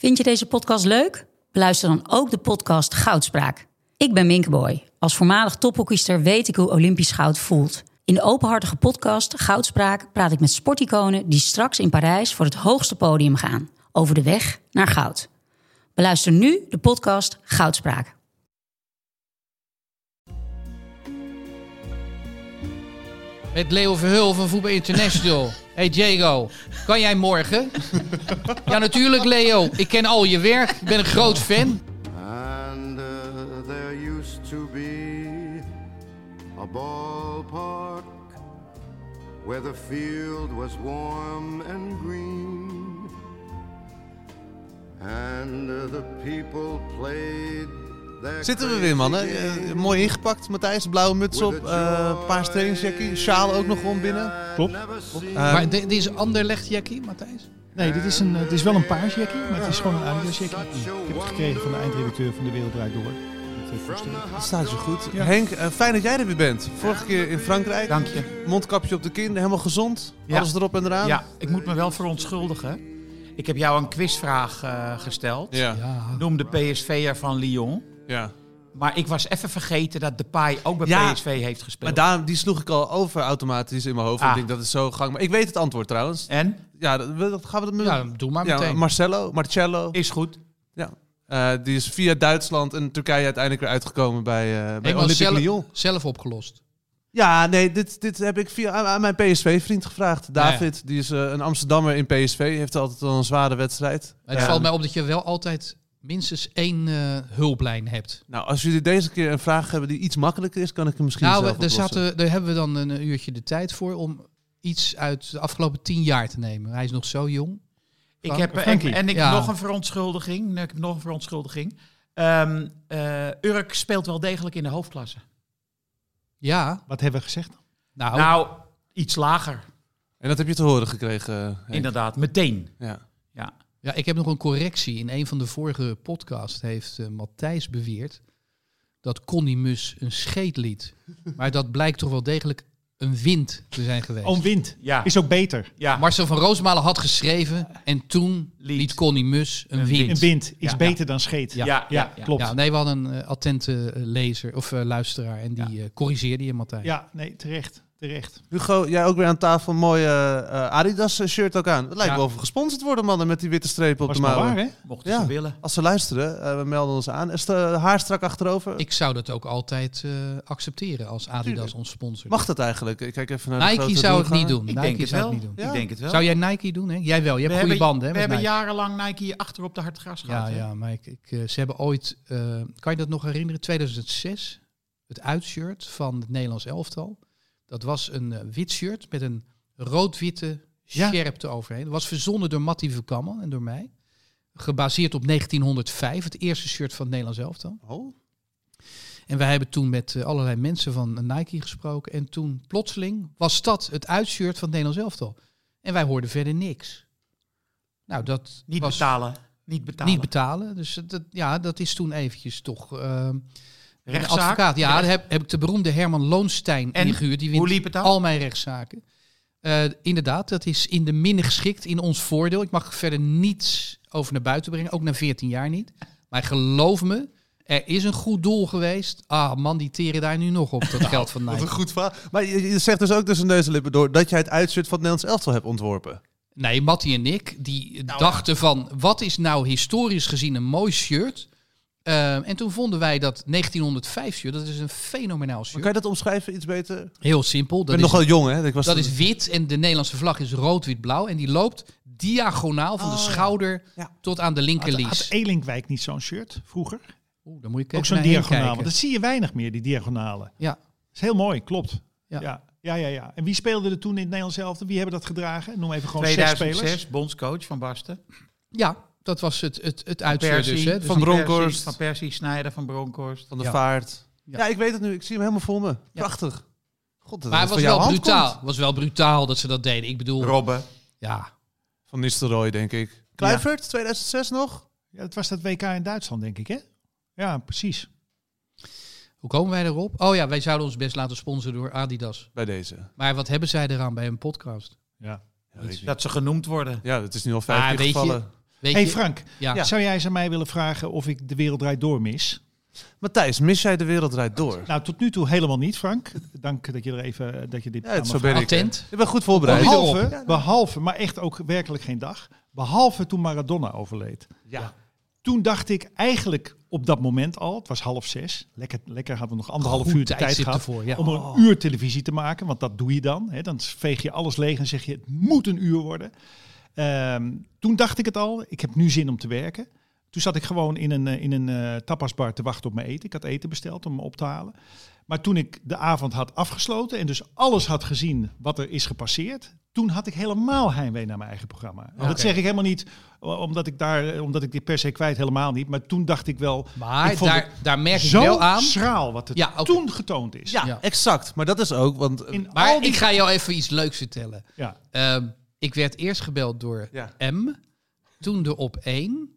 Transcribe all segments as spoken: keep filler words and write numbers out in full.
Vind je deze podcast leuk? Beluister dan ook de podcast Goudspraak. Ik ben Minke Boy. Als voormalig tophockeyster weet ik hoe Olympisch goud voelt. In de openhartige podcast Goudspraak praat ik met sporticonen die straks in Parijs voor het hoogste podium gaan. Over de weg naar goud. Beluister nu de podcast Goudspraak. Met Leo Verheul van Voetbal International. Hey Diego, kan jij morgen? Ja, natuurlijk Leo. Ik ken al je werk. Ik ben een groot fan. And uh, there used to be a ballpark where the field was warm and green. And uh, the people played. Zitten we weer, mannen. Uh, mooi ingepakt, Matthijs. Blauwe muts op, uh, paars trainingsjackie. Sjaal ook nog gewoon binnen. Klopt. Uh, Maar dit is een Anderlecht jackie, Matthijs? Nee, dit is, een, het is wel een paars jackie, maar het is gewoon een Adidas jackie. Ik heb het gekregen van de eindredacteur van De Wereld Draait Door. Dat staat zo goed. Ja. Henk, uh, fijn dat jij er weer bent. Vorige keer in Frankrijk. Dank je. Mondkapje op de kin, helemaal gezond. Ja. Alles erop en eraan. Ja, ik moet me wel verontschuldigen. Ik heb jou een quizvraag uh, gesteld. Ja. Ja. Noem de P S V'er van Lyon. ja. Maar ik was even vergeten dat Depay ook bij Ja, P S V heeft gespeeld. Maar daar, die sloeg ik al over automatisch in mijn hoofd. Ah. Ik denk dat is zo gang. Maar ik weet het antwoord trouwens. En? Ja, dat, dat gaan we dat met. Ja, doe maar Ja, meteen. Marcelo, Marcello. Is goed. Ja. Uh, die is via Duitsland en Turkije uiteindelijk weer uitgekomen bij, uh, bij Helemaal Olympique zelf, Lyon. zelf opgelost. Ja, nee, dit, dit heb ik via aan, aan mijn P S V-vriend gevraagd. David, ja, ja. die is uh, een Amsterdammer in P S V. Heeft altijd al een zware wedstrijd. Het ja. valt mij op dat je wel altijd minstens één uh, hulplijn hebt. Nou, als jullie deze keer een vraag hebben die iets makkelijker is, kan ik hem misschien nou, zelf we, daar, oplossen. zaten, daar hebben we dan een uurtje de tijd voor om iets uit de afgelopen tien jaar te nemen. Hij is nog zo jong. Ik Frank, heb, en, Frankie. en ik Ja. nog een verontschuldiging. Ik heb nog een verontschuldiging. Um, uh, Urk speelt wel degelijk in de hoofdklasse. Ja, Wat hebben we gezegd? nou, Nou, iets lager. En dat heb je te horen gekregen, Henk. Inderdaad, meteen. Ja. Ja. ja, ik heb nog een correctie. In een van de vorige podcasts heeft uh, Matthijs beweerd dat Connie Mus een scheet liet. Maar dat blijkt toch wel degelijk een wind te zijn geweest. Oh, wind. Ja. Is ook beter. Ja. Marcel van Roosmalen had geschreven en toen Liet. liet Connie Mus een Een wind. Een wind is Ja. beter dan scheet. Ja, ja, ja, ja, klopt. Ja, Ja, nee, we hadden een uh, attente uh, lezer of uh, luisteraar en die Ja. uh, corrigeerde je, Matthijs. nee, terecht. Terecht. Hugo, jij ook weer aan tafel een mooie uh, Adidas shirt ook aan. Het lijkt Ja. wel of we gesponsord worden, mannen, met die witte strepen op Was de maar mouwen. waar, hè? Mochten Ja. ze willen. Als ze luisteren, uh, we melden ons aan. Is de haar strak achterover? Ik zou dat ook altijd uh, accepteren als Adidas Tuurlijk. ons sponsort. Mag dat eigenlijk? Ik kijk even naar de Nike grote zou ik doelganger. niet doen. Ik Nike denk het zou wel. ik niet doen. Ja. Ik denk het wel. Zou jij Nike doen? Hè? Jij wel. Je hebt we goede hebben, banden. Hè, we met hebben Nike. jarenlang Nike hier achter op de hartgras gehad. Ja, hè? ja, maar ik, ik, uh, ze hebben ooit, uh, kan je dat nog herinneren? tweeduizend zes, het uitshirt van het Nederlands elftal. Dat was een uh, wit shirt met een rood-witte Ja. sjerpte overheen. Dat was verzonnen door Mattie Verkammen en door mij. Gebaseerd op negentienhonderdvijf, het eerste shirt van het Nederlands elftal. Oh. En wij hebben toen met uh, allerlei mensen van Nike gesproken. En toen plotseling was dat het uitshirt van het Nederlands elftal. En wij hoorden verder niks. Nou, dat Niet was betalen. Niet betalen. niet betalen. Dus dat, ja, dat is toen eventjes toch... Uh, een Rechtszaak? advocaat. Ja, Recht- daar heb, heb ik de beroemde Herman Loonstein En ingehuurd. Die hoe wint liep het dan? al mijn rechtszaken. Uh, inderdaad, dat is in de minne geschikt in ons voordeel. Ik mag verder niets over naar buiten brengen. Ook na veertien jaar niet. Maar geloof me, er is een goed doel geweest. Ah man, die teren daar nu nog op, dat geld van Wat Nike. een goed verhaal. Maar je, je zegt dus ook tussen neus en lippen door dat jij het uitshirt van het Nederlands elftal hebt ontworpen. Nee, Mattie en ik, die Nou, dachten van... wat is nou historisch gezien een mooi shirt? Uh, en toen vonden wij dat negentienhonderdvijf shirt, dat is een fenomenaal Maar shirt. kan je dat omschrijven iets beter? Heel simpel. Ik Dat ben is, nogal jong, hè? Ik was dat is wit en de Nederlandse vlag is rood-wit-blauw. En die loopt diagonaal van de Oh, schouder ja. tot aan de Had, linkerlies. had Elinkwijk niet zo'n shirt vroeger? Oeh, dan moet je Ook even zo'n naar Henk diagonaal. kijken. Want dat zie je weinig meer, die diagonalen. Ja. Dat is heel mooi, klopt. Ja. Ja. Ja, ja, ja. En wie speelde er toen in het Nederlands elftal? Wie hebben dat gedragen? Noem even gewoon zes tweeduizend zes, spelers. bondscoach van Basten. ja, dat was het, het, het uitshirt dus. Hè. Dus Van die- Bronkhorst. Persie, Van Persie, Snijder, Van Bronkhorst. Van de Ja. vaart. Ja. Ja. ik weet het nu. Ik zie hem helemaal voor me. Prachtig. God, dat maar het het was van jouw wel hand brutaal. komt. was wel brutaal dat ze dat deden. Ik bedoel, Robben. ja. Van Nistelrooy, denk ik. Kluivert, tweeduizend zes nog? Ja, dat was dat W K in Duitsland, denk ik, hè? Ja, precies. Hoe komen wij erop? Oh ja, wij zouden ons best laten sponsoren door Adidas. Bij deze. Maar wat hebben zij eraan bij een podcast? Ja. Ja, weet je. Dat ze genoemd worden. Ja, dat is nu al vijf Maar keer weet je, gevallen. Weet Hey je? Frank, Ja. Ja. zou jij eens aan mij willen vragen of ik De Wereld Draait Door mis? Matthijs, mis jij De Wereld Draait Door? Nou, tot nu toe helemaal niet, Frank. Dank dat je er even dat je dit Ja, aan het me zo vraagt. ben ik. Attent. Ik ben goed voorbereid. Behalve, behalve, maar echt ook werkelijk geen dag. Behalve toen Maradona overleed. Ja. Toen dacht ik eigenlijk op dat moment al, het was half zes. Lekker, lekker hadden we nog anderhalf Goed uur de tijd tijdstip gehad ervoor, ja. om er een uur televisie te maken. Want dat doe je dan. Hè. Dan veeg je alles leeg en zeg je, het moet een uur worden. Ehm, toen dacht ik het al, ik heb nu zin om te werken. Toen zat ik gewoon in een, eh, in een uh, tapasbar te wachten op mijn eten. Ik had eten besteld om me op te halen. Maar toen ik de avond had afgesloten en dus alles had gezien wat er is gepasseerd, toen had ik helemaal heimwee naar mijn eigen programma. En Oké. dat zeg ik helemaal niet omdat ik daar, omdat ik dit per se kwijt, helemaal niet. Maar toen dacht ik wel, Maar ik vond daar, het daar merk ik zo wel aan. schraal wat het Ja, oké. toen getoond is. Ja, Ja. exact. Maar dat is ook, want... In Maar al die... ik ga jou even iets leuks vertellen. Ja. Ehm, ik werd eerst gebeld door Ja. M, toen door Op één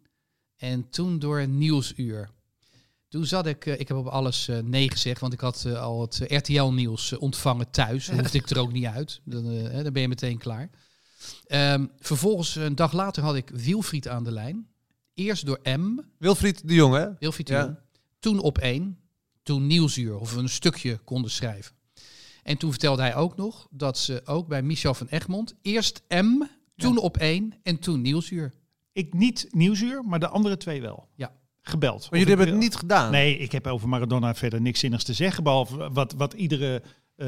en toen door Nieuwsuur. Toen zat ik, eh, ik heb op alles eh, nee gezegd, want ik had eh, al het eh, R T L-nieuws eh, ontvangen thuis. Dan hoefde ik er ook niet uit. Dan, eh, hè, dan ben je meteen klaar. Ehm, vervolgens, een dag later, had ik Wilfried aan de lijn. Eerst door M, Wilfried de Jong, hè? Wilfried de Ja. Jong. Toen Op één, toen Nieuwsuur, of we een stukje konden schrijven. En toen vertelde hij ook nog dat ze ook bij Michel van Egmond eerst M, toen Op één en toen Nieuwsuur. Ik niet Nieuwsuur, maar de andere twee wel. Ja. Gebeld. Maar Of jullie ik hebben wil- het niet gedaan. Nee, ik heb over Maradona verder niks zinnigs te zeggen. Behalve wat, wat iedere,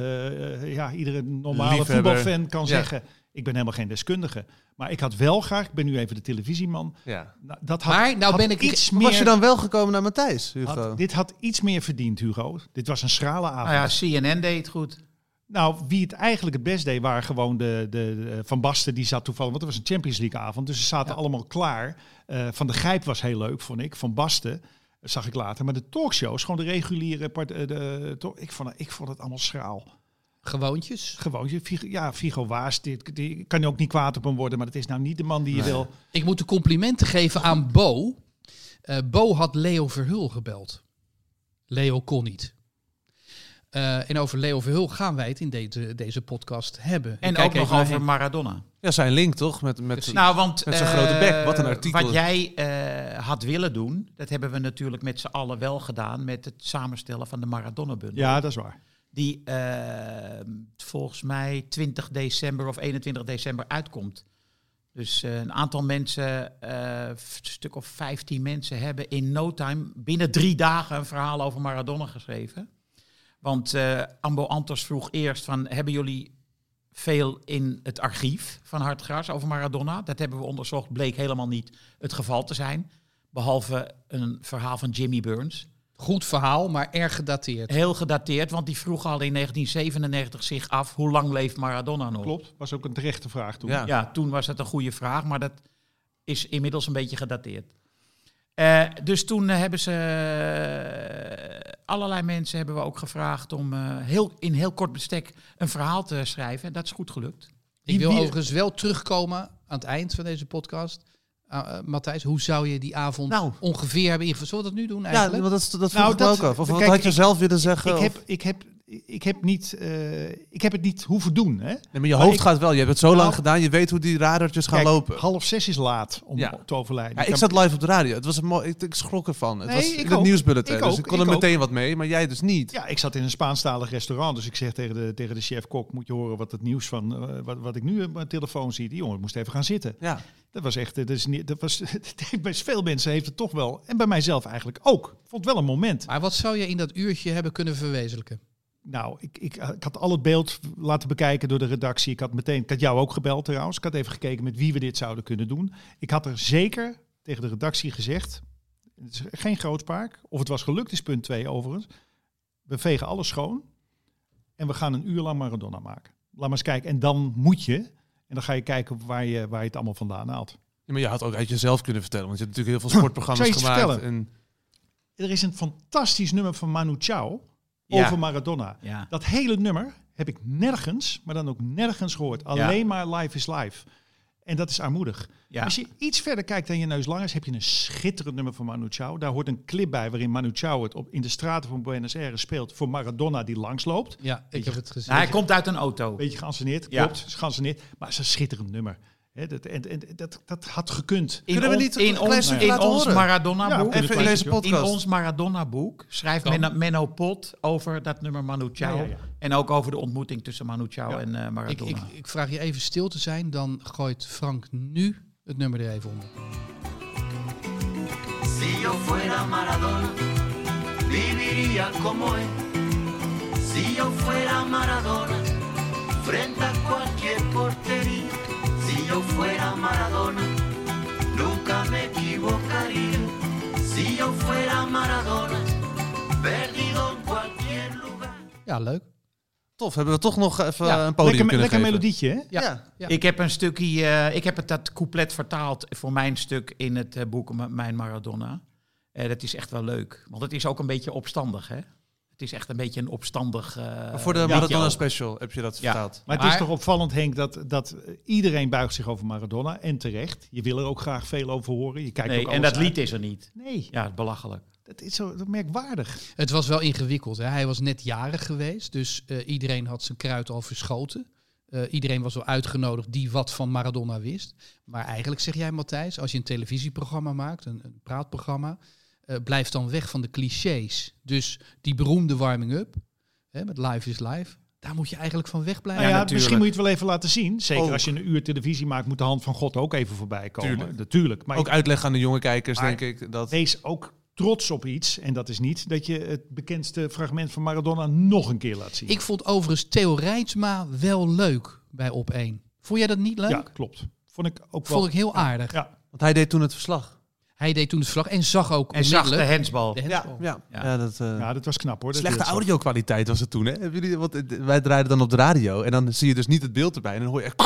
eh, ja, iedere normale Liefhebber. voetbalfan kan Ja. zeggen. Ik ben helemaal geen deskundige. Maar ik had wel graag, ik ben nu even de televisieman. Ja. Nou, dat had, Maar nou had ben ik- iets Maar meer... was je dan wel gekomen naar Matthijs, Hugo? had- dit had iets meer verdiend, Hugo. Dit was een schrale avond. Nou ja, C N N deed het goed. Nou, wie het eigenlijk het best deed, waren gewoon de, de, de Van Basten. Die zat toevallig, want het was een Champions League avond. Dus ze zaten allemaal klaar. Uh, Van de Gijp was heel leuk, vond ik. Van Basten zag ik later. Maar de talkshows, gewoon de reguliere... Part, uh, de, to, ik, vond, ik vond het allemaal schraal. Gewoontjes. Gewoon, je- Figo- ja, Figo Waas, dit, die kan je ook niet kwaad op hem worden. Maar het is nou niet de man die je Nee. wil... Ik moet de complimenten geven aan Bo. Uh, Bo had Leo Verhul gebeld. Leo kon niet. Uh, en over Leo Verhul gaan wij het in deze, deze podcast hebben. En Ik kijk ook nog even naar over hem. Maradona. Ja, zijn link toch? Met, met, Nou, want Met zijn eh, grote bek, wat een artikel. Wat jij eh, had willen doen, dat hebben we natuurlijk met z'n allen wel gedaan met het samenstellen van de Maradona-bundel. Ja, dat is waar. Die eh, volgens mij twintig december of eenentwintig december uitkomt. Dus uh, een aantal mensen, uh, een stuk of vijftien mensen, hebben in no time binnen drie dagen een verhaal over Maradona geschreven. Want uh, Ambo Antos vroeg eerst van, hebben jullie veel in het archief van Hartgras over Maradona? Dat hebben we onderzocht, bleek helemaal niet het geval te zijn. Behalve een verhaal van Jimmy Burns. Goed verhaal, maar erg gedateerd. Heel gedateerd, want die vroeg al in negentien zevenennegentig zich af, hoe lang leeft Maradona nog? Klopt, was ook een terechte vraag toen. Ja. Ja, toen was het een goede vraag, maar dat is inmiddels een beetje gedateerd. Uh, dus toen uh, hebben ze, uh, allerlei mensen hebben we ook gevraagd om uh, heel, in heel kort bestek een verhaal te schrijven. En dat is goed gelukt. Ik wil Wie- overigens wel terugkomen aan het eind van deze podcast. Uh, uh, Matthijs, hoe zou je die avond Nou. ongeveer hebben ingevuld? Zullen we dat nu doen ja, eigenlijk? want dat, dat vroeg Nou, ik me dat- ook af. Of wat kijk, had je ik- zelf willen zeggen? Ik of- heb, ik, heb, ik, heb niet, uh, ik heb het niet hoeven doen. Hè? Nee, maar je maar hoofd ik- gaat wel. Je hebt het zo Nou, lang gedaan. Je weet hoe die radartjes gaan Kijk, lopen. half zes is laat om Ja. te overlijden. Ja, ik kan- zat live op de radio. Het was een mooi, ik, ik schrok ervan. Het Nee, was ik in het ook. nieuwsbulletin. Ik dus ook, ik kon ik er ook. meteen wat mee, maar jij dus niet. Ja, ik zat in een Spaanstalig restaurant, dus ik zeg tegen de, tegen de chef-kok, moet je horen wat het nieuws van, uh, wat, wat ik nu op mijn telefoon zie. Die jongen moest even gaan zitten. Ja. Dat was echt, dat is niet, dat was, bij veel mensen heeft het toch wel, en bij mijzelf eigenlijk ook. Ik vond het wel een moment. Maar wat zou je in dat uurtje hebben kunnen verwezenlijken? Nou, ik, ik, ik had al het beeld laten bekijken door de redactie. Ik had meteen, ik had jou ook gebeld trouwens. Ik had even gekeken met wie we dit zouden kunnen doen. Ik had er zeker tegen de redactie gezegd, het is geen grootspraak. Of het was gelukt is punt twee overigens. We vegen alles schoon en we gaan een uur lang Maradona maken. Laat maar eens kijken. En dan moet je, en dan ga je kijken waar je, waar je het allemaal vandaan haalt. Ja, maar je had ook uit jezelf kunnen vertellen. Want je hebt natuurlijk heel veel sportprogramma's Zal je iets gemaakt. vertellen? En, Er is een fantastisch nummer van Manu Chao Ja. over Maradona. Ja. Dat hele nummer heb ik nergens, maar dan ook nergens gehoord. Alleen maar Life is Life. En dat is armoedig. Ja. Als je iets verder kijkt dan je neus lang is, heb je een schitterend nummer van Manu Chao. Daar hoort een clip bij waarin Manu Chao het op, in de straten van Buenos Aires speelt voor Maradona die langsloopt. Ja, ik heb het gezien. Nou, hij komt uit een auto. Beetje geanceneerd, Ja. klopt, is geanceneerd. Maar het is een schitterend nummer. Hè, Hè, dat, en, en, dat, dat had gekund. In, Kunnen we on- niet een in klein ons, stukje in laten ons horen? Maradona-boek, Ja, even in deze podcast. in ons Maradona-boek schrijft Kan. Menno, Menno Pot over dat nummer Manu Chao. Ja, ja, ja. En ook over de ontmoeting tussen Manu Chao Ja. en uh, Ik, Maradona. ik, ik vraag je even stil te zijn, dan gooit Frank nu het nummer er even onder. Si yo fuera Maradona, viviría como él. Si yo fuera Maradona, frente a cualquier portería. Si yo fuera Maradona, nunca me equivocaría. Si yo fuera Maradona, perdido en cualquier lugar. Ja, leuk. Tof, hebben we toch nog even Ja, een podium Lekker, kunnen lekker geven. melodietje, hè? Ja. Ja. Ja. Ik heb een stukje, uh, ik heb het dat couplet vertaald voor mijn stuk in het uh, boek M- Mijn Maradona. Uh, dat is echt wel leuk, want het is ook een beetje opstandig, hè? Het is echt een beetje een opstandig. Uh, Maar voor de liedje Maradona ook. special heb je dat Ja. vertaald. Maar het is Maar- toch opvallend, Henk, dat, dat iedereen buigt zich over Maradona. En terecht. Je wil er ook graag veel over horen. Je kijkt Nee, ook en alles dat uit. lied is er niet. Nee, Ja, belachelijk. dat is zo dat merkwaardig. Het was wel ingewikkeld. Hè? Hij was net jarig geweest, dus uh, iedereen had zijn kruid al verschoten. Uh, iedereen was wel uitgenodigd die wat van Maradona wist. Maar eigenlijk zeg jij, Matthijs, als je een televisieprogramma maakt, een, een praatprogramma, uh, blijf dan weg van de clichés. Dus die beroemde warming-up, hè, met Live is Live, daar moet je eigenlijk van wegblijven. Nou ja, natuurlijk. misschien moet je het wel even laten zien. Zeker Ook. als je een uur televisie maakt, moet de hand van God ook even voorbij komen. Tuurlijk. Natuurlijk. Maar Ook uitleggen aan de jonge kijkers, Maar- denk ik. Dat... wees ook trots op iets. En dat is niet dat je het bekendste fragment van Maradona nog een keer laat zien. Ik vond overigens Theo Reitsma wel leuk bij Op één. Vond jij dat niet leuk? Ja, klopt. Vond ik ook wel. Vond ik heel aardig. Ja. Want hij deed toen het verslag. Hij deed toen het verslag en zag ook En zag de onmiddellijk hensbal. de Ja, hensbal. ja. Ja. ja dat, uh... ja, dat was knap hoor. Dat Slechte deed zo. audio-kwaliteit was het toen, hè? Hebben jullie, want eh, wij draaiden dan op de radio en dan zie je dus niet het beeld erbij. En dan hoor je echt...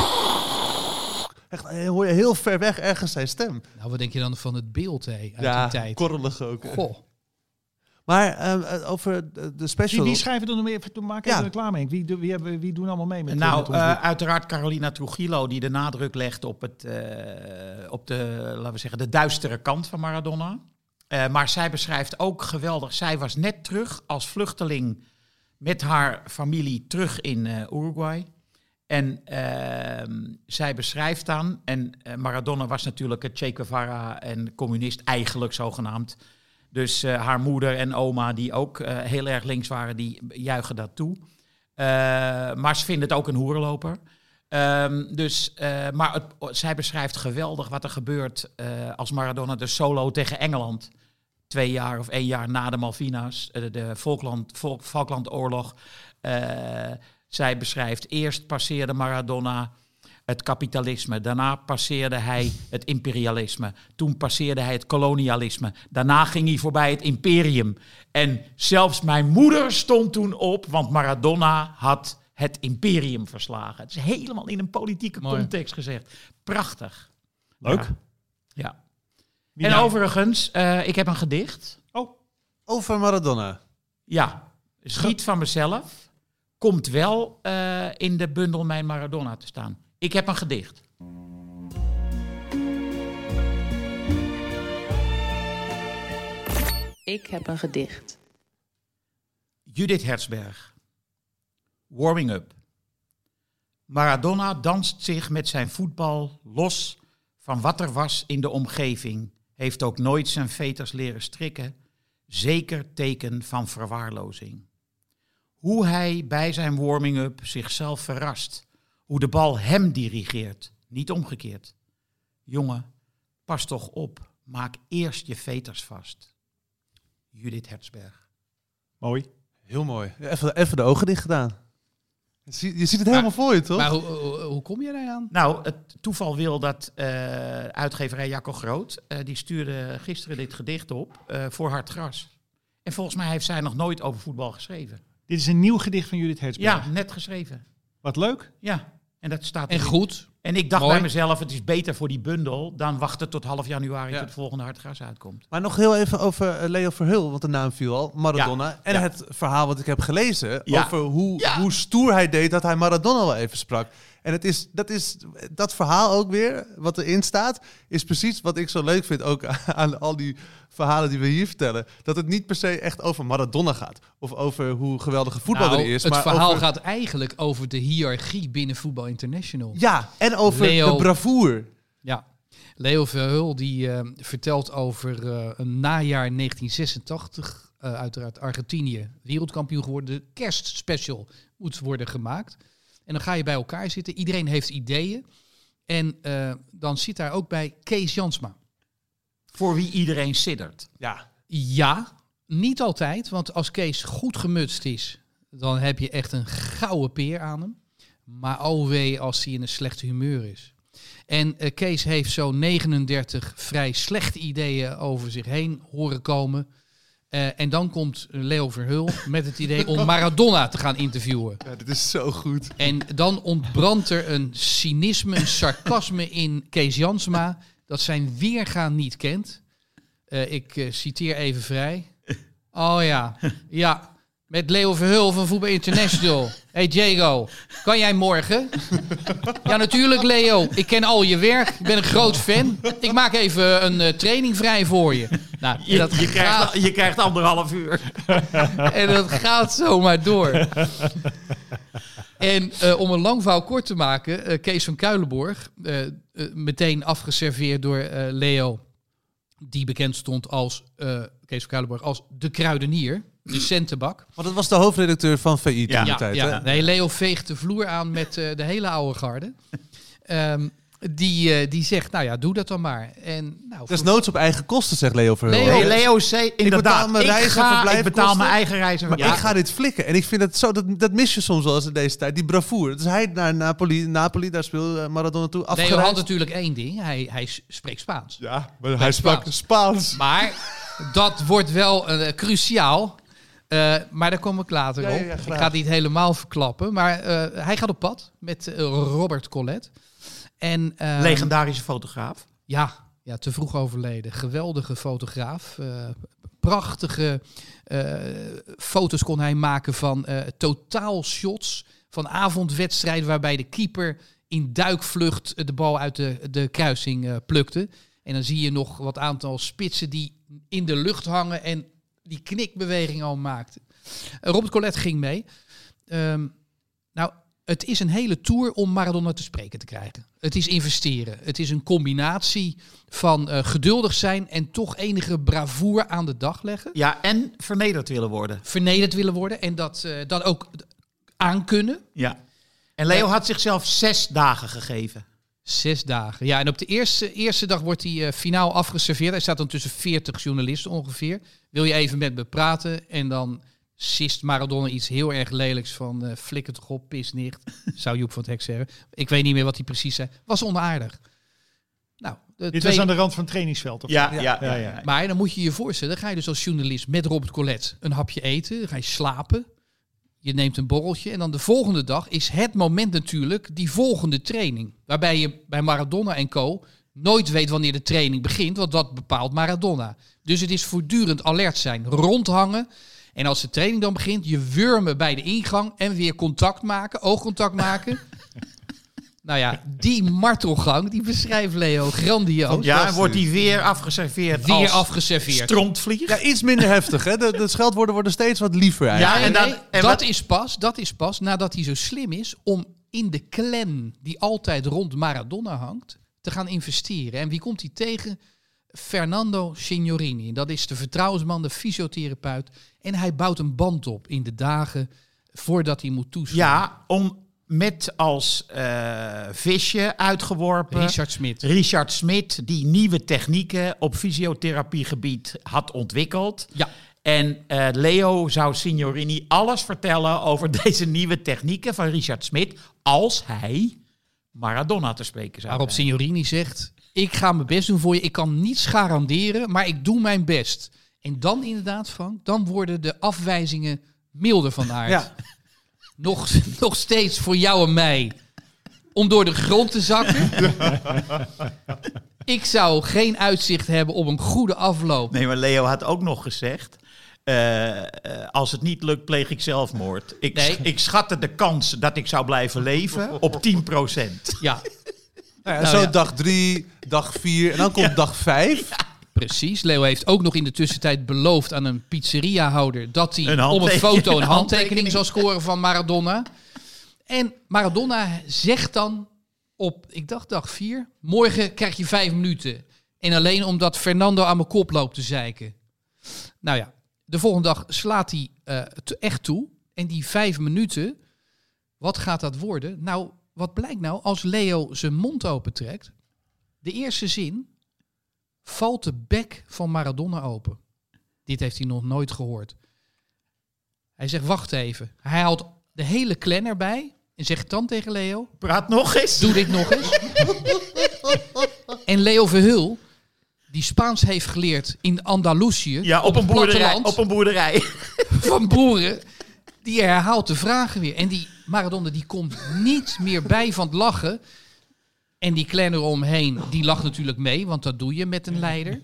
echt eh, hoor je heel ver weg ergens zijn stem. Nou, wat denk je dan van het beeld, hé, uit Ja, die tijd? korrelig ook. Goh. Maar eh, over de, de Wie, special... wie schrijven er nog meer? Toen maak Ja. even reclame, Henk. Wie, do- wie, hebben, wie doen allemaal mee met, nou, met ons uh, boek? uiteraard Carolina Trujillo, die de nadruk legt op, het, uh, op de, laten we zeggen, de duistere kant van Maradona. Uh, maar zij beschrijft ook geweldig. Zij was net terug als vluchteling met haar familie terug in uh, Uruguay. En uh, zij beschrijft dan, en uh, Maradona was natuurlijk het Che Guevara en communist eigenlijk zogenaamd. Dus uh, haar moeder en oma, die ook uh, heel erg links waren, die juichen dat toe. Uh, maar ze vinden het ook een hoerenloper. Um, dus, uh, maar het, zij beschrijft geweldig wat er gebeurt uh, als Maradona de solo tegen Engeland. Twee jaar of één jaar na de Malvina's, uh, de Falkland, Falk, Falklandoorlog. Uh, zij beschrijft, eerst passeerde Maradona het kapitalisme. Daarna passeerde hij het imperialisme. Toen passeerde hij het kolonialisme. Daarna ging hij voorbij het imperium. En zelfs mijn moeder stond toen op, want Maradona had het imperium verslagen. Het is helemaal in een politieke Mooi. context gezegd. Prachtig. Leuk. Ja. ja. Wie En nou? overigens, uh, ik heb een gedicht. Oh, Over Maradona. Ja, is niet van mezelf. Komt wel uh, in de bundel Mijn Maradona te staan. Ik heb een gedicht. Ik heb een gedicht. Judith Hertzberg. Warming up. Maradona danst zich met zijn voetbal los van wat er was in de omgeving. Heeft ook nooit zijn veters leren strikken. Zeker teken van verwaarlozing. Hoe hij bij zijn warming-up zichzelf verrast. Hoe de bal hem dirigeert, niet omgekeerd. Jongen, pas toch op. Maak eerst je veters vast. Judith Hertzberg. mooi. Heel mooi. Ja, even, even de ogen dicht gedaan. Je ziet, je ziet het helemaal voor je, toch? Maar hoe, hoe, hoe kom je daar aan? Nou, het toeval wil dat uh, uitgeverij Jacco Groot, uh, die stuurde gisteren dit gedicht op uh, voor Hard Gras. En volgens mij heeft zij nog nooit over voetbal geschreven. Dit is een nieuw gedicht van Judith Hertzberg. Ja, net geschreven. Wat leuk. Ja, en dat staat En erin. goed. En ik dacht Mooi. bij mezelf, het is beter voor die bundel dan wachten tot half januari Ja. tot het volgende Hard Gras uitkomt. Maar nog heel even over uh, Leo Verheul, want de naam viel al. Maradona. Ja. En Ja. het verhaal wat ik heb gelezen Ja. over hoe, Ja. hoe stoer hij deed dat hij Maradona wel even sprak. En het is, dat, is, dat verhaal ook weer, wat erin staat, is precies wat ik zo leuk vind ook aan al die verhalen die we hier vertellen. Dat het niet per se echt over Maradona gaat. Of over hoe geweldige voetballer Nou, hij is. het maar verhaal over, gaat eigenlijk over de hiërarchie binnen Voetbal International. Ja, en over Leo- de bravoure. Ja, Leo Verheul die uh, vertelt over uh, een najaar negentien zesentachtig. Uh, uiteraard Argentinië wereldkampioen geworden. De kerstspecial moet worden gemaakt. En dan ga je bij elkaar zitten. Iedereen heeft ideeën. En uh, dan zit daar ook bij Kees Jansma. Voor wie iedereen siddert. Ja. Ja, niet altijd. Want als Kees goed gemutst is, dan heb je echt een gouden peer aan hem. Maar oh wee als hij in een slecht humeur is. En uh, Kees heeft zo'n negenendertig vrij slechte ideeën over zich heen horen komen. Uh, en dan komt Leo Verheul met het idee om Maradona te gaan interviewen. Ja, dit is zo goed. En dan ontbrandt er een cynisme, een sarcasme in Kees Jansma dat zijn weerga niet kent. Uh, ik uh, citeer even vrij. Oh ja, ja, met Leo Verheul van Voetbal International. Hey Diego, kan jij morgen? Ja, natuurlijk Leo. Ik ken al je werk. Ik ben een groot fan. Ik maak even een uh, training vrij voor je. Nou, Je, dat je, gaat, krijgt, je krijgt anderhalf uur. en dat gaat zomaar door. En uh, om een lang verhaal kort te maken, uh, Kees van Kuilenborg, uh, uh, meteen afgeserveerd door uh, Leo, die bekend stond als uh, Kees van Kuilenborg als de kruidenier, de centenbak. Want dat was de hoofdredacteur van V I toen Ja, die Ja, tijd. ja. Hè? Nee, Leo veegt de vloer aan met uh, de hele oude garde. Um, die, uh, die zegt, nou ja, doe dat dan maar. En, nou, Desnoods op eigen kosten, zegt Leo Verheul. Leo- Nee, Leo zei inderdaad, betaal mijn ik, reis en ga, ik verblijfkosten. betaal mijn eigen reis en Maar verblijf. ik ga dit flikken. En ik vind het zo, dat, dat mis je soms wel eens in deze tijd. Die bravoure. Dus hij naar Napoli, Napoli daar speelde Maradona toe, Leo afgereisd. had natuurlijk één ding. Hij, hij spreekt Spaans. Ja, maar hij sprak Spaans. Spaans. Maar dat wordt wel uh, cruciaal. Uh, maar daar kom ik later Ja, ja, op. ja, ik graag. ga het niet helemaal verklappen. Maar uh, hij gaat op pad met uh, Robert Collet. En, uh, Legendarische fotograaf. Ja, ja, te vroeg overleden. Geweldige fotograaf. Uh, prachtige uh, foto's kon hij maken van uh, totaalshots van avondwedstrijden waarbij de keeper in duikvlucht de bal uit de, de kruising uh, plukte. En dan zie je nog wat aantal spitsen die in de lucht hangen en die knikbeweging al maakten. Uh, Robert Collet ging mee. Um, nou, het is een hele tour om Maradona te spreken te krijgen. Het is investeren. Het is een combinatie van uh, geduldig zijn en toch enige bravoure aan de dag leggen. Ja, en vernederd willen worden. Vernederd willen worden en dat, uh, dat ook aankunnen. Ja. En Leo had zichzelf zes dagen gegeven. Zes dagen. Ja, en op de eerste, eerste dag wordt hij uh, finaal afgeserveerd. Hij staat dan tussen veertig journalisten ongeveer. Wil je even met me praten? En dan sist Maradona iets heel erg lelijks van uh, flikker toch op, pisnicht. Zou Joep van het Hek zeggen. Ik weet niet meer wat hij precies zei. Was onaardig. Nou, de Dit twee... was aan de rand van het trainingsveld. Of Ja, zo? ja, ja, ja. ja. Maar dan moet je je voorstellen, dan ga je dus als journalist met Robert Collet een hapje eten. Dan ga je slapen. Je neemt een borreltje en dan de volgende dag is het moment natuurlijk die volgende training. Waarbij je bij Maradona en co. nooit weet wanneer de training begint, want dat bepaalt Maradona. Dus het is voortdurend alert zijn, rondhangen. En als de training dan begint, je wurmen bij de ingang en weer contact maken, oogcontact maken. Nou ja, die martelgang, die beschrijft Leo grandioos. Ja, en wordt hij weer afgeserveerd Weer als afgeserveerd. strontvlieg. Ja, iets minder heftig. Hè? De, de scheldwoorden worden steeds wat liever eigenlijk. Ja, en Nee, dan- nee, en dat, wat- is pas, dat is pas nadat hij zo slim is om in de clan die altijd rond Maradona hangt, te gaan investeren. En wie komt hij tegen? Fernando Signorini. Dat is de vertrouwensman, de fysiotherapeut. En hij bouwt een band op in de dagen voordat hij moet toeslaan. Ja, om met als eh, visje uitgeworpen Richard Smit. Richard Smit, die nieuwe technieken op fysiotherapiegebied had ontwikkeld. Ja. En eh, Leo zou Signorini alles vertellen over deze nieuwe technieken van Richard Smit, als hij Maradona te spreken zou Waarop zijn. Signorini zegt, ik ga mijn best doen voor je. Ik kan niets garanderen, maar ik doe mijn best. En dan inderdaad, Frank, dan worden de afwijzingen milder van aard. Ja. Nog, nog steeds voor jou en mij om door de grond te zakken. Ik zou geen uitzicht hebben op een goede afloop. Nee, maar Leo had ook nog gezegd, Uh, uh, als het niet lukt, pleeg ik zelfmoord. Ik, Nee. ik schatte de kans dat ik zou blijven leven op tien procent. Ja, Nou ja, Nou zo ja. dag drie, dag vier en dan komt dag vijf. precies. Leo heeft ook nog in de tussentijd beloofd aan een pizzeriahouder dat hij Een op een handtekening- foto een een handtekening handtekening. zou scoren van Maradona. En Maradona zegt dan op, ik dacht dag vier, morgen krijg je vijf minuten. En alleen omdat Fernando aan mijn kop loopt te zeiken. Nou ja, de volgende dag slaat hij uh, te, echt toe. En die vijf minuten, wat gaat dat worden? Nou, wat blijkt nou als Leo zijn mond opentrekt? De eerste zin valt de bek van Maradona open. Dit heeft hij nog nooit gehoord. Hij zegt, wacht even. Hij haalt de hele clan erbij en zegt dan tegen Leo, Praat nog eens. doe dit nog eens. En Leo Verhul, die Spaans heeft geleerd in Andalusië, Ja, op, op een het boerderij. platteland Op een boerderij. van boeren, die herhaalt de vragen weer. En die Maradona die komt niet meer bij van het lachen. En die clan eromheen, die lacht natuurlijk mee, want dat doe je met een leider.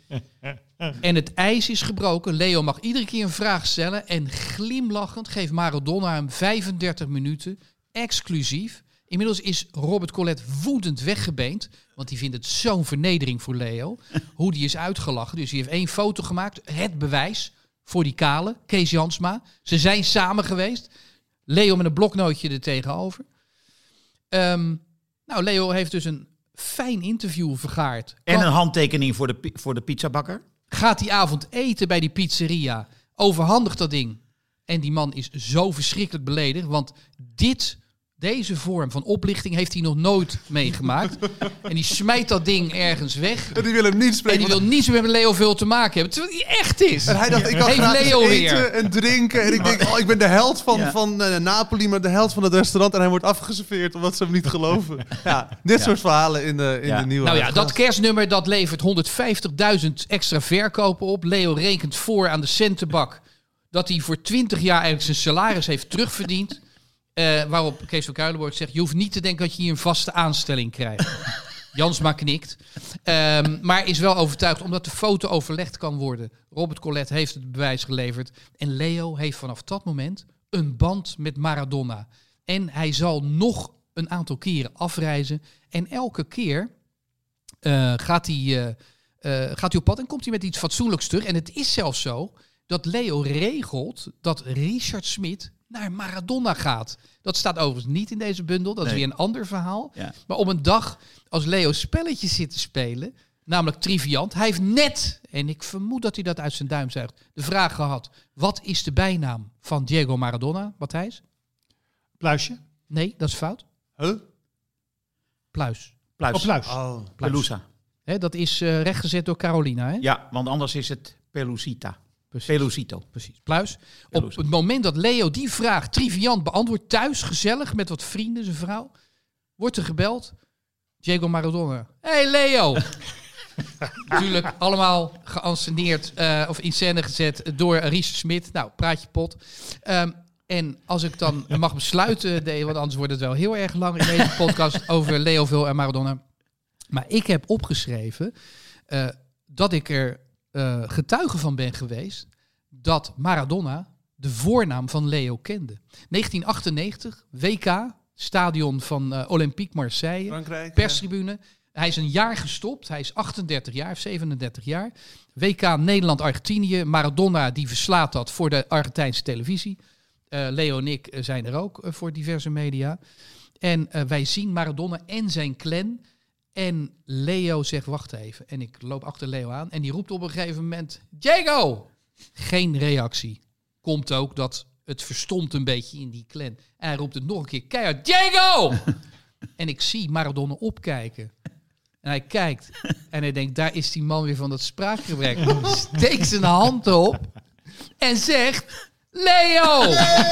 En het ijs is gebroken. Leo mag iedere keer een vraag stellen. En glimlachend geeft Maradona hem vijfendertig minuten exclusief. Inmiddels is Robert Collet woedend weggebeend. Want die vindt het zo'n vernedering voor Leo. Hoe die is uitgelachen. Dus hij heeft één foto gemaakt. Het bewijs voor die kale, Kees Jansma. Ze zijn samen geweest. Leo met een bloknootje er tegenover. Um, nou, Leo heeft dus een fijn interview vergaard. En Kan- een handtekening voor de, pi- voor de pizzabakker. gaat die avond eten bij die pizzeria. Overhandigt dat ding. En die man is zo verschrikkelijk beledigd. Want dit, deze vorm van oplichting heeft hij nog nooit meegemaakt. En die smijt dat ding ergens weg. En die wil hem niet En spreken. die wil niets meer met Leo veel te maken hebben. Terwijl hij echt is. En hij dacht, ik kan Heeft gratis Leo eten weer. en drinken. En ik denk, oh, ik ben de held van, Ja. van uh, Napoli, maar de held van het restaurant. En hij wordt afgeserveerd omdat ze hem niet geloven. Ja, dit soort verhalen in de, in Ja. de nieuwe Nou ja, Uitgast. dat kerstnummer dat levert honderdvijftigduizend extra verkopen op. Leo rekent voor aan de centenbak dat hij voor twintig jaar eigenlijk zijn salaris heeft terugverdiend. Uh, waarop Kees van Kuilenborg zegt, je hoeft niet te denken dat je hier een vaste aanstelling krijgt. Jansma knikt. Um, maar is wel overtuigd omdat de foto overlegd kan worden. Robert Collet heeft het bewijs geleverd. En Leo heeft vanaf dat moment een band met Maradona. En hij zal nog een aantal keren afreizen. En elke keer uh, gaat, hij, uh, uh, gaat hij op pad en komt hij met iets fatsoenlijks terug. En het is zelfs zo dat Leo regelt dat Richard Smit naar Maradona gaat. Dat staat overigens niet in deze bundel. Dat is Nee. weer een ander verhaal. Ja. Maar op een dag als Leo spelletjes zit te spelen, namelijk Triviant, hij heeft net, en ik vermoed dat hij dat uit zijn duim zuigt, de vraag gehad, wat is de bijnaam van Diego Maradona, Matthijs? Pluisje? Nee, dat is fout. Huh? Pluis. Pluis. Op pluis. Oh. Pelusa. Hè, dat is uh, rechtgezet door Carolina. Hè? Ja, want anders is het Pelusita. Precies. Pelusito. Precies, pluis. Op Pelusa. het moment dat Leo die vraag triviant beantwoordt, thuis, gezellig, met wat vrienden, zijn vrouw, wordt er gebeld. Diego Maradona. Hey Leo! Natuurlijk allemaal geanceneerd uh, of in scène gezet door Richard Smit. Nou, praat je pot. Um, en als ik dan mag besluiten, nee, want anders wordt het wel heel erg lang in deze podcast over Leo Veel en Maradona. Maar ik heb opgeschreven uh, dat ik er uh, getuige van ben geweest dat Maradona de voornaam van Leo kende. negentien achtennegentig, W K, stadion van uh, Olympique Marseille, Frankrijk. perstribune. Hij is een jaar gestopt, hij is achtendertig jaar, zevenendertig jaar. W K Nederland-Argentinië, Maradona die verslaat dat voor de Argentijnse televisie. Uh, Leo en ik uh, zijn er ook uh, voor diverse media. En uh, wij zien Maradona en zijn clan. En Leo zegt, wacht even. En ik loop achter Leo aan. En die roept op een gegeven moment, Diego! Geen reactie. Komt ook dat het verstomt een beetje in die clan. En hij roept het nog een keer keihard, Diego! En ik zie Maradona opkijken. En hij kijkt. En hij denkt, daar is die man weer van dat spraakgebrek. Steekt zijn hand op. En zegt, Leo!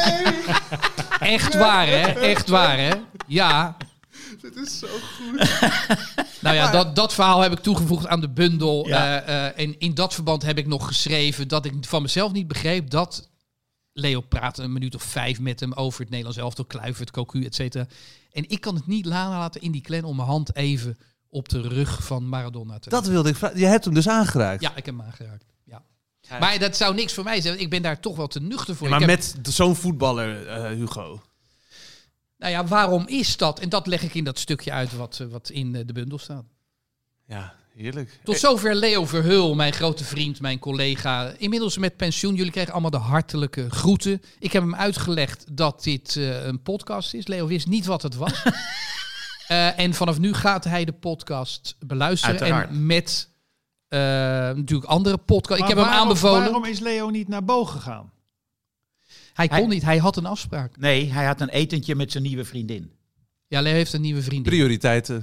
Echt waar, hè? Echt waar, hè? Ja. Dit is zo goed. Nou ja, dat, dat verhaal heb ik toegevoegd aan de bundel. Ja. Uh, uh, en in dat verband heb ik nog geschreven dat ik van mezelf niet begreep dat Leo praatte een minuut of vijf met hem over het Nederlands elftal, Kluivert, Cocu, et cetera. En ik kan het niet laten in die clan om mijn hand even op de rug van Maradona te Dat wilde ik vragen. Je hebt hem dus aangeraakt. Ja, ik heb hem aangeraakt. Ja. Maar dat zou niks voor mij zijn. Ik ben daar toch wel te nuchter voor. Ja, maar Ik heb- met zo'n voetballer, uh, Hugo. Nou ja, waarom is dat? En dat leg ik in dat stukje uit wat, uh, wat in uh, de bundel staat. Ja, heerlijk. Tot zover Leo Verheul, mijn grote vriend, mijn collega. Inmiddels met pensioen. Jullie krijgen allemaal de hartelijke groeten. Ik heb hem uitgelegd dat dit uh, een podcast is. Leo wist niet wat het was. uh, en vanaf nu gaat hij de podcast beluisteren. Uiteraard. En met uh, natuurlijk andere podcasts. Ik Maar heb hem waarom- aanbevolen. Waarom is Leo niet naar Bo gegaan? Hij kon Hij- niet, hij had een afspraak. Nee, hij had een etentje met zijn nieuwe vriendin. Ja, Leo heeft een nieuwe vriendin. Prioriteiten.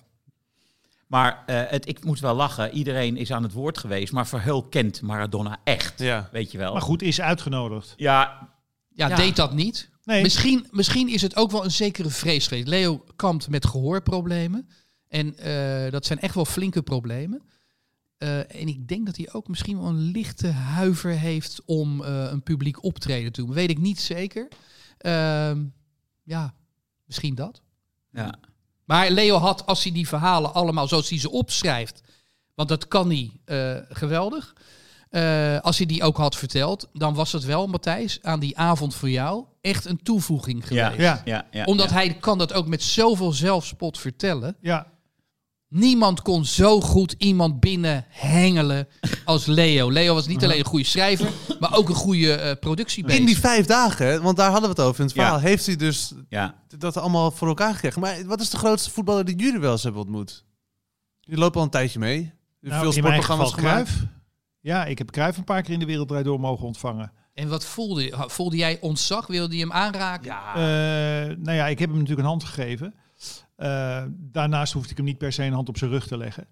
Maar uh, het, ik moet wel lachen. Iedereen is aan het woord geweest. Maar Verheul kent Maradona echt. Ja. Weet je wel. Maar goed, is uitgenodigd. Ja, Ja, Ja. deed dat niet. Nee, Misschien, misschien is het ook wel een zekere vrees geweest. Leo kampt met gehoorproblemen. En uh, dat zijn echt wel flinke problemen. Uh, en ik denk dat hij ook misschien wel een lichte huiver heeft om uh, een publiek optreden te doen. Weet ik niet zeker. Uh, ja, misschien dat. ja. Maar Leo had, als hij die verhalen allemaal zoals hij ze opschrijft, want dat kan hij uh, geweldig. Uh, als hij die ook had verteld, dan was het wel, Matthijs, aan die avond voor jou echt een toevoeging geweest. Ja. Ja, ja, Omdat ja. hij kan dat ook met zoveel zelfspot vertellen. ja. Niemand kon zo goed iemand binnenhengelen als Leo. Leo was niet alleen een goede schrijver, maar ook een goede uh, productiebeest. In die vijf dagen, hè, want daar hadden we het over in het Ja. verhaal, heeft hij dus Ja. dat allemaal voor elkaar gekregen. Maar wat is de grootste voetballer die jullie wel eens hebben ontmoet? Jullie lopen al een tijdje mee. Je hebt Nou, veel in mijn sportprogramma's geval gemaakt. Cruijff. Ja, ik heb Cruijff een paar keer in de Wereld Draait Door mogen ontvangen. En wat voelde je? Voelde jij ontzag? Wilde je hem aanraken? Ja. Uh, nou ja, ik heb hem natuurlijk een hand gegeven. Uh, daarnaast hoefde ik hem niet per se een hand op zijn rug te leggen.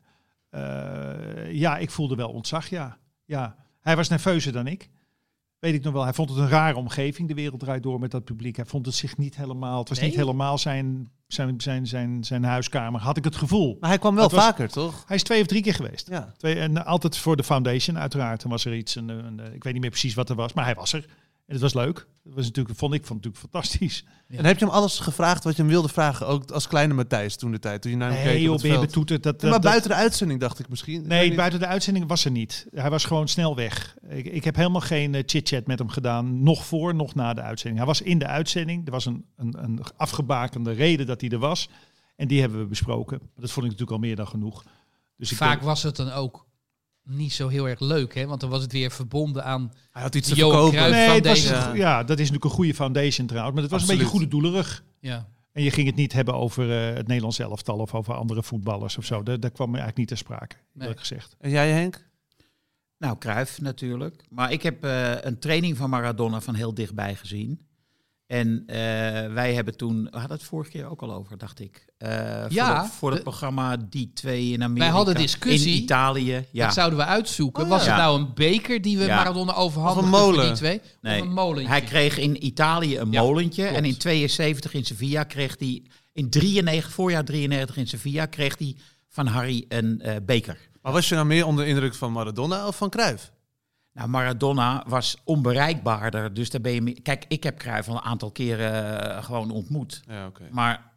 Uh, ja, ik voelde wel ontzag, ja. ja. Hij was nerveuzer dan ik. Weet ik nog wel. Hij vond het een rare omgeving, de Wereld Draait Door met dat publiek. Hij vond het zich niet helemaal... Het was Nee? niet helemaal zijn, zijn, zijn, zijn, zijn huiskamer, had ik het gevoel. Maar hij kwam wel Dat was- vaker, toch? Hij is twee of drie keer geweest. Ja. Twee, en altijd voor de foundation, uiteraard. Dan was er iets, een, een, ik weet niet meer precies wat er was, maar hij was er. En het was leuk. Dat was natuurlijk, vond ik vond het natuurlijk fantastisch. Ja. En heb je hem alles gevraagd wat je hem wilde vragen? Ook als kleine Matthijs toen de tijd, toen je naar hem keek Nee op joh, het ben je veld. betoeterd. Dat, Ja, dat, maar dat- buiten de uitzending dacht ik misschien. Ik weet Nee, niet. buiten de uitzending was er niet. Hij was gewoon snel weg. Ik, ik heb helemaal geen uh, chit-chat met hem gedaan. Nog voor, nog na de uitzending. Hij was in de uitzending. Er was een, een, een afgebakende reden dat hij er was. En die hebben we besproken. Dat vond ik natuurlijk al meer dan genoeg. Dus ik Vaak denk- was het dan ook niet zo heel erg leuk, hè? Want dan was het weer verbonden aan... Hij had iets te Johan verkopen. Cruijff. Nee, het was, Foundation. ja. dat is natuurlijk een goede foundation trouwens. Maar het was Absoluut. een beetje goede doelerig. Ja. En je ging het niet hebben over uh, het Nederlands elftal of over andere voetballers of zo. Daar, daar kwam eigenlijk niet ter sprake, Nee. eerlijk gezegd. En jij, Henk? Nou, Cruijff natuurlijk. Maar ik heb uh, een training van Maradona van heel dichtbij gezien. En uh, wij hebben toen... We hadden het vorige keer ook al over, dacht ik. Uh, Ja, voor, de, voor het de- programma Die twee in Amerika. Wij hadden discussie. In Italië. Ja. Dat zouden we uitzoeken. Oh, ja. Was het Ja. nou een beker die we Ja. Maradona overhandigden Of een voor molen? die twee? Nee. Of een molentje? Hij kreeg in Italië een Ja, molentje. klopt. En in tweeënzeventig in Sevilla kreeg hij... In drieënnegentig, voorjaar drieënnegentig in Sevilla kreeg hij van Harry een uh, beker. Maar was je nou meer onder de indruk van Maradona of van Cruijff? Nou, Maradona was onbereikbaarder. Dus daar ben je mee... Kijk, ik heb Cruijff al een aantal keren uh, gewoon ontmoet. Ja, oké. Maar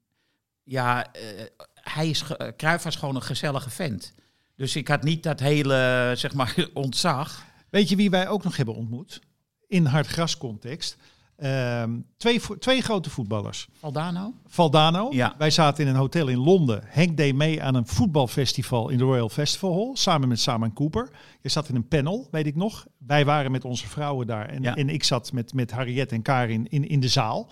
ja, uh, hij is ge- Cruijff was gewoon een gezellige vent. Dus ik had niet dat hele, zeg maar, ontzag. Weet je wie wij ook nog hebben ontmoet? In hardgras context. Um, twee, vo- twee grote voetballers. Valdano? Valdano. Ja. Wij zaten in een hotel in Londen. Henk deed mee aan een voetbalfestival in de Royal Festival Hall. Samen met Saman Cooper. Je zat in een panel, weet ik nog. Wij waren met onze vrouwen daar. En, Ja. en ik zat met, met Harriet en Karin in, in de zaal.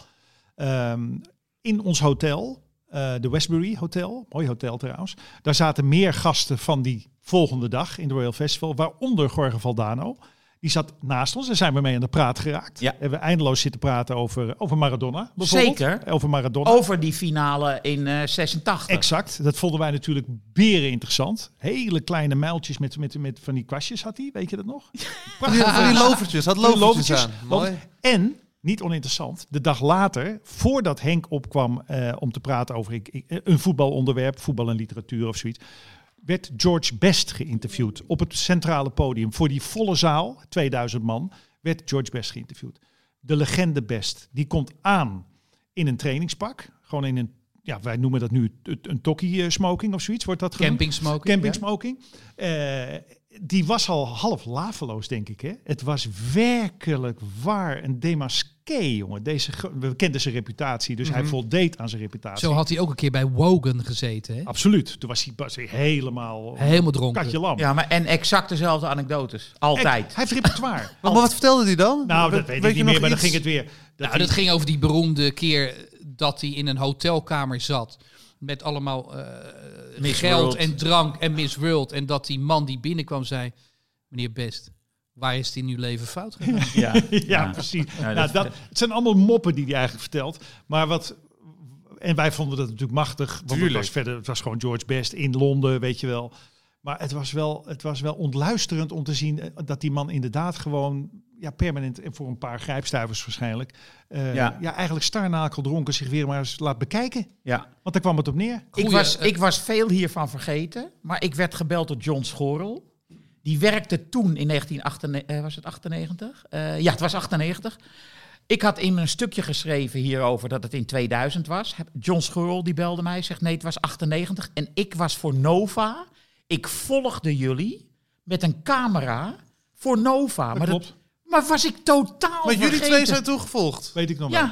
Um, in ons hotel. Uh, de Westbury Hotel. Mooi hotel trouwens. Daar zaten meer gasten van die volgende dag in de Royal Festival. Waaronder Jorge Valdano. Die zat naast ons. Daar zijn we mee aan de praat geraakt. Ja. Hebben we eindeloos zitten praten over, over Maradona. Bijvoorbeeld. Zeker. Over Maradona. Over die finale in uh, zesentachtig. Exact. Dat vonden wij natuurlijk beren interessant. Hele kleine muiltjes met, met, met van die kwastjes had hij. Weet je dat nog? Van die, van die lovertjes, had Van die lovertjes, lovertjes. aan. Mooi. En, niet oninteressant, de dag later, voordat Henk opkwam uh, om te praten over ik, ik, een voetbalonderwerp, voetbal en literatuur of zoiets, werd George Best geïnterviewd op het centrale podium. Voor die volle zaal, tweeduizend man, werd George Best geïnterviewd. De legende Best, die komt aan in een trainingspak. Gewoon in een, ja, wij noemen dat nu een tokkie smoking of zoiets, wordt dat genoemd? Camping smoking. Camping ja. smoking. Uh, die was al half laveloos, denk ik. Hè? Het was werkelijk waar een démasqué, jongen. Deze, we kenden zijn reputatie, dus mm-hmm. hij voldeed aan zijn reputatie. Zo had hij ook een keer bij Wogan gezeten, hè? Absoluut. Toen was hij, was hij helemaal... Helemaal dronken. Katje lam. Ja, maar en exact dezelfde anekdotes. Altijd. Hij heeft repertoire. Maar wat vertelde hij dan? Nou, dat weet, weet ik niet meer, maar dan ging het weer... Dat, nou, hij... dat ging over die beroemde keer dat hij in een hotelkamer zat... met allemaal uh, geld World. en drank en Miss World. En dat die man die binnenkwam zei... meneer Best, waar is die in uw leven fout gegaan? ja, ja, ja, precies. Ja, nou, dat, het zijn allemaal moppen die hij eigenlijk vertelt. Maar wat... En wij vonden dat natuurlijk machtig. Want het was, verder, het was gewoon George Best in Londen, weet je wel. Maar het was wel, het was wel ontluisterend om te zien... dat die man inderdaad gewoon... ja, permanent en voor een paar grijpstuivers waarschijnlijk... Uh, ja. ja, eigenlijk starnakeldronken zich weer maar eens laat bekijken. Ja. Want daar kwam het op neer. Goeie, ik, was, uh, ik was veel hiervan vergeten, maar ik werd gebeld door John Schorrel. Die werkte toen in negentien achtennegentig... Uh, was het achtennegentig? Uh, ja, het was achtennegentig. Ik had in een stukje geschreven hierover dat het in tweeduizend was. John Schorrel die belde mij, zegt nee, het was achtennegentig. En ik was voor Nova. Ik volgde jullie met een camera voor Nova. Dat maar klopt. Dat, Maar was ik totaal Maar vergeten. jullie twee zijn toegevolgd? Weet ik nog ja. wel.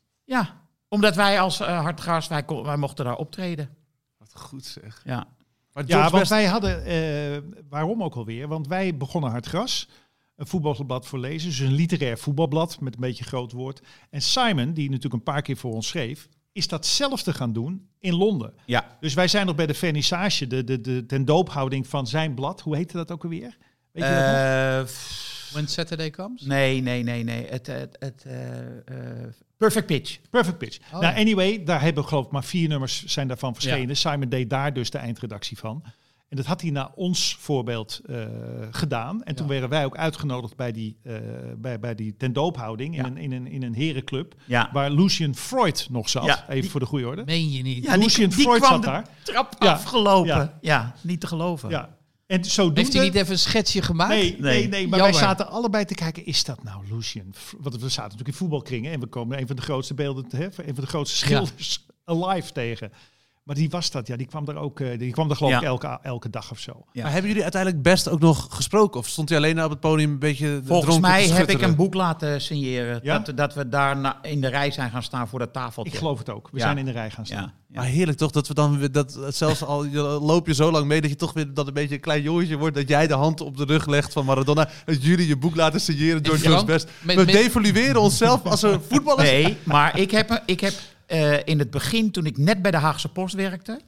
Ja, omdat wij als uh, Hartgras, wij, kon, wij mochten daar optreden. Wat goed zeg. Ja, maar ja, want best... wij hadden, uh, waarom ook alweer? Want wij begonnen Hartgras, een voetbalblad voor lezers, dus een literair voetbalblad met een beetje groot woord. En Simon, die natuurlijk een paar keer voor ons schreef, is datzelfde gaan doen in Londen. Ja. Dus wij zijn nog bij de vernissage, de, de, de ten doophouding van zijn blad. Hoe heette dat ook alweer? Weet je uh, dat nog? When Saturday Comes? Nee, nee, nee, nee. Het, het, het, uh, uh, Perfect Pitch. Perfect Pitch. Oh. Nou, anyway, daar hebben geloof ik maar vier nummers zijn daarvan verschenen. Ja. Simon deed daar dus de eindredactie van. En dat had hij naar ons voorbeeld uh, gedaan. En ja. toen werden wij ook uitgenodigd bij die, uh, bij, bij die ten doophouding in, ja. een, in, een, in een herenclub. Ja. Waar Lucian Freud nog zat. Ja, even die, voor de goede orde. Meen je niet? Ja, Lucian die, Freud die zat daar. Trap ja. afgelopen. Ja. ja, niet te geloven. Ja. En zodoende... Heeft hij niet even een schetsje gemaakt? Nee, nee, nee, nee maar Jammer. wij zaten allebei te kijken, is dat nou Lucian? Want we zaten natuurlijk in voetbalkringen en we komen een van de grootste beelden, hè, een van de grootste schilders ja. alive tegen. Maar die was dat, ja, die kwam er ook, die kwam er geloof ik ja. elke, elke dag of zo. Ja. Maar hebben jullie uiteindelijk Best ook nog gesproken? Of stond hij alleen op het podium een beetje Volgens mij te heb ik een boek laten signeren. Ja? Dat, dat we daar na, in de rij zijn gaan staan voor dat tafeltje. Ik geloof het ook. We ja. zijn in de rij gaan staan. Ja. Ja. Maar heerlijk toch, dat we dan weer, dat zelfs al je, loop je zo lang mee, dat je toch weer dat een beetje een klein jongetje wordt, dat jij de hand op de rug legt van Maradona, dat jullie je boek laten signeren door George Best. Met, we met... devalueren onszelf als een voetballers. Nee, maar ik heb, ik heb uh, in het begin, toen ik net bij de Haagse Post werkte,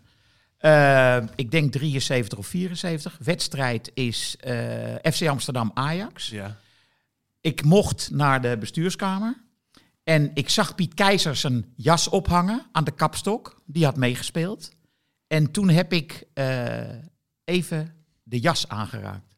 Uh, ik denk drieënzeventig of vierenzeventig. Wedstrijd is uh, F C Amsterdam Ajax. Ja. Ik mocht naar de bestuurskamer. En ik zag Piet Keizer zijn jas ophangen aan de kapstok. Die had meegespeeld. En toen heb ik uh, even de jas aangeraakt.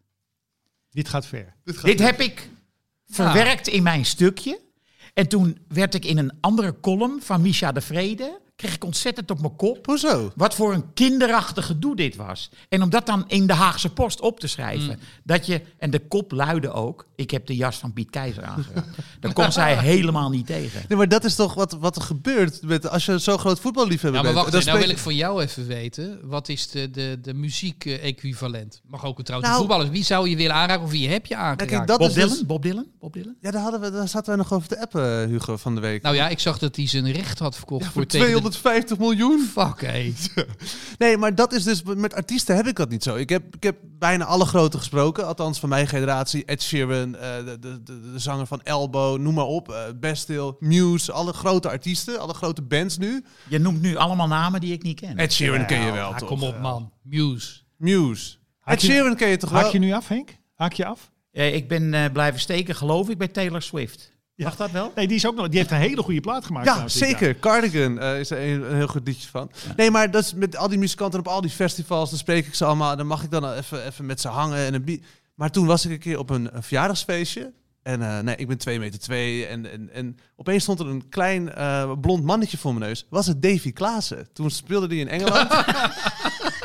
Dit gaat ver. Dit, gaat Dit ver. heb ik verwerkt ja. in mijn stukje. En toen werd ik in een andere column van Misha de Vrede, kreeg ik ontzettend op mijn kop. Hoezo? Wat voor een kinderachtig gedoe dit was. En om dat dan in de Haagse Post op te schrijven. Mm. Dat je, en de kop luidde ook, ik heb de jas van Piet Keizer aangeraakt. Daar kon zij helemaal niet tegen. Nee, maar dat is toch wat, wat er gebeurt met, als je zo'n groot voetballiefhebber bent. Ja, maar wacht, bent. nou wil ik van jou even weten. Wat is de, de, de muziek-equivalent? Mag ook trouwens nou, de voetballers. Wie zou je willen aanraken of wie heb je aangeraakt? Kijk, dat Bob, is Dylan? dus... Bob Dylan? Bob Dylan? Ja, daar, hadden we, daar zaten we nog over te appen, Hugo, van de week. Nou ja, ik zag dat hij zijn recht had verkocht ja, voor, voor tweehonderdvijftig de... miljoen. Fuck, hé. Nee, maar dat is dus... Met artiesten heb ik dat niet zo. Ik heb, ik heb bijna alle grote gesproken. Althans, van mijn generatie. Ed Sheeran, uh, de, de, de, de zanger van Elbow, noem maar op. Uh, Bastille, Muse, alle grote artiesten. Alle grote bands nu. Je noemt nu allemaal namen die ik niet ken. Ed Sheeran ja, ken je wel, ja, toch? Kom op, man. Muse. Muse. Haak Ed Sheeran ken je toch wel? Haak je nu af, Henk? Haak je af? Ja, ik ben uh, blijven steken, geloof ik, bij Taylor Swift. Ja. Mag dat wel? Nee, die is ook nog. Die heeft een hele goede plaat gemaakt. Ja, zeker. Cardigan uh, is er een, een heel goed liedje van. Ja. Nee, maar dat is met al die muzikanten op al die festivals, dan spreek ik ze allemaal. Dan mag ik dan even, even met ze hangen. En een bi- maar toen was ik een keer op een, een verjaardagsfeestje. En uh, nee, ik ben twee meter twee. En, en, en opeens stond er een klein uh, blond mannetje voor mijn neus. Was het Davy Klaassen. Toen speelde hij in Engeland.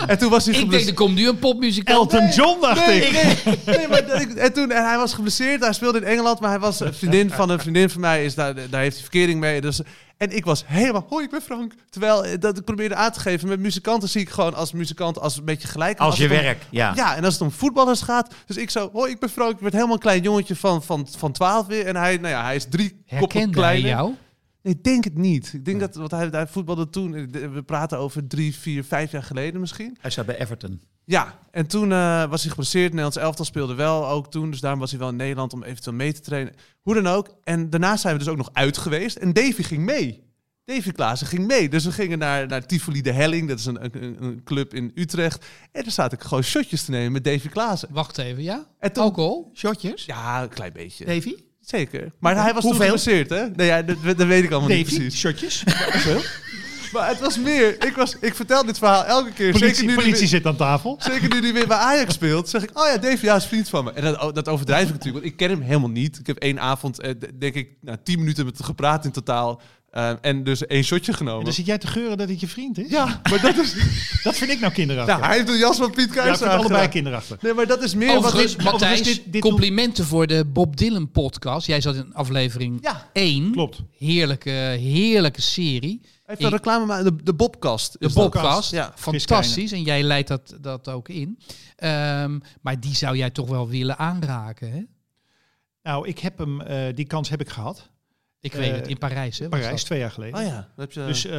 En toen was hij Ik denk, geblesseerd. er komt nu een popmuzikant. Elton John, dacht Nee, ik. nee, nee, maar dat ik, en toen en hij was geblesseerd. Hij speelde in Engeland, maar hij was een vriendin van een vriendin van mij. Is daar, daar heeft hij verkering mee. Dus, en ik was helemaal, hoi, ik ben Frank. Terwijl eh, dat ik probeerde aan te geven. Met muzikanten zie ik gewoon als muzikant als een beetje gelijk. Als je het om- werk, ja. Ja, en als het om voetballers gaat. Dus ik zo, hoi, ik ben Frank. Ik werd helemaal een klein jongetje van, van, van twaalf weer. En hij, nou ja, hij is drie koppen Herkende hij kleiner. jou? Nee, ik denk het niet. Ik denk dat, want hij, hij voetbalde toen. We praten over drie, vier, vijf jaar geleden misschien. Hij zat bij Everton. Ja, en toen uh, was hij geblesseerd. Nederlands elftal speelde wel ook toen. Dus daarom was hij wel in Nederland om eventueel mee te trainen. Hoe dan ook. En daarna zijn we dus ook nog uit geweest. En Davy ging mee. Davy Klaassen ging mee. Dus we gingen naar, naar Tivoli de Helling. Dat is een, een, een club in Utrecht. En daar zat ik gewoon shotjes te nemen met Davy Klaassen. Wacht even, ja? En toen, Alcohol? Shotjes? Ja, een klein beetje. Davy? Zeker. Maar hij was Hoeveel? toen geblesseerd, hè? Nee, ja, dat, dat weet ik allemaal niet Davy, precies. shotjes. Maar het was meer. Ik, was, ik vertel dit verhaal elke keer. Politie, zeker nu die politie weer- zit aan tafel. Zeker nu hij weer bij Ajax speelt, zeg ik, oh ja, Davy, ja, is vriend van me. En dat, dat overdrijf ik natuurlijk, want ik ken hem helemaal niet. Ik heb één avond, eh, d- denk ik, nou, tien minuten met hem gepraat in totaal. Uh, en dus één shotje En genomen. dan zit jij te geuren dat het je vriend is? Ja, maar dat is... Dat vind ik nou kinderachtig. nou, hij heeft de jas van Piet ja, ik Keizer vind het allebei aangedaan. kinderachtig. Nee, maar dat is meer Overigens, wat ik... Matthijs, overigens, dit- dit complimenten voor de Bob Dylan podcast. Jij zat in aflevering Ja, één. Klopt. Heerlijke, heerlijke serie. Even een reclame maken. De, de Bobcast. De is dat. podcast. Ja. Fantastisch. En jij leidt dat, dat ook in. Um, maar die zou jij toch wel willen aanraken, hè? Nou, ik heb hem, uh, die kans heb ik gehad. Ik weet Uh, het, in Parijs, hè? was Parijs, dat? twee jaar geleden. Oh ja, dat heb je... Dus uh,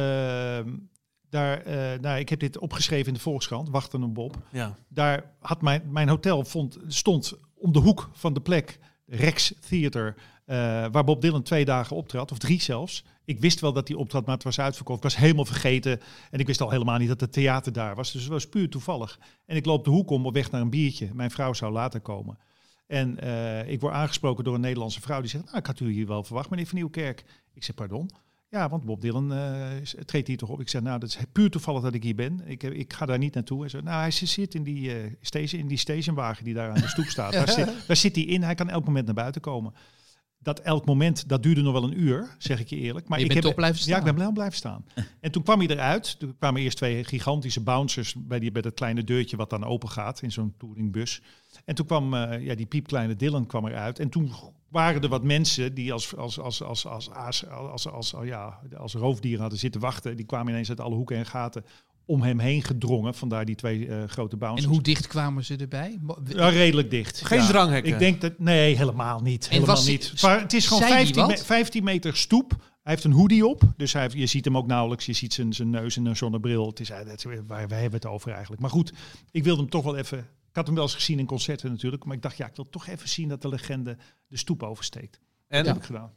daar, uh, nou, ik heb dit opgeschreven in de Volkskrant, Wachten op Bob. ja. Daar had mijn, mijn hotel vond, stond om de hoek van de plek, Rex Theater, uh, waar Bob Dylan twee dagen optrad, of drie zelfs. Ik wist wel dat hij optrad, maar het was uitverkocht. Ik was helemaal vergeten en ik wist al helemaal niet dat het theater daar was. Dus het was puur toevallig. En ik loop de hoek om op weg naar een biertje. Mijn vrouw zou later komen. En uh, ik word aangesproken door een Nederlandse vrouw die zegt, nou, ik had u hier wel verwacht, meneer Van Nieuwkerk. Ik zeg, pardon? Ja, want Bob Dylan uh, treedt hier toch op. Ik zeg, nou, dat is puur toevallig dat ik hier ben. Ik, ik ga daar niet naartoe. En zo, nou, hij zit in die, uh, station, in die stationwagen die daar aan de stoep staat. Daar, zit, daar zit hij in. Hij kan elk moment naar buiten komen. Dat elk moment, dat duurde nog wel een uur, zeg ik je eerlijk. Maar je ik bent heb, toch blijven staan? Ja, ik ben blij blijven staan. En toen kwam hij eruit. Toen kwamen eerst twee gigantische bouncers bij, die, bij dat kleine deurtje wat dan open gaat in zo'n touringbus. En toen kwam uh, ja, die piepkleine Dylan kwam eruit. En toen waren er wat mensen die als, als, als, als, als, als, als, als, als, ja, als roofdieren hadden zitten wachten. Die kwamen ineens uit alle hoeken en gaten om hem heen gedrongen. Vandaar die twee uh, grote bouncers. En hoe dicht kwamen ze erbij? Ja, redelijk dicht. Geen ja. dranghekken? Ik denk dat... Nee, helemaal niet. En Helemaal was hij- niet. Maar het is gewoon zei die vijftien, wat? me- vijftien meter stoep. Hij heeft een hoodie op. Dus hij heeft, je ziet hem ook nauwelijks. Je ziet zijn, zijn neus en een zonnebril. Het is, het is, waar, waar hebben we het over eigenlijk? Maar goed, ik wilde hem toch wel even... Ik had hem wel eens gezien in concerten natuurlijk. Maar ik dacht, ja, ik wil toch even zien dat de legende de stoep oversteekt. En? Dat Ja. heb ik gedaan.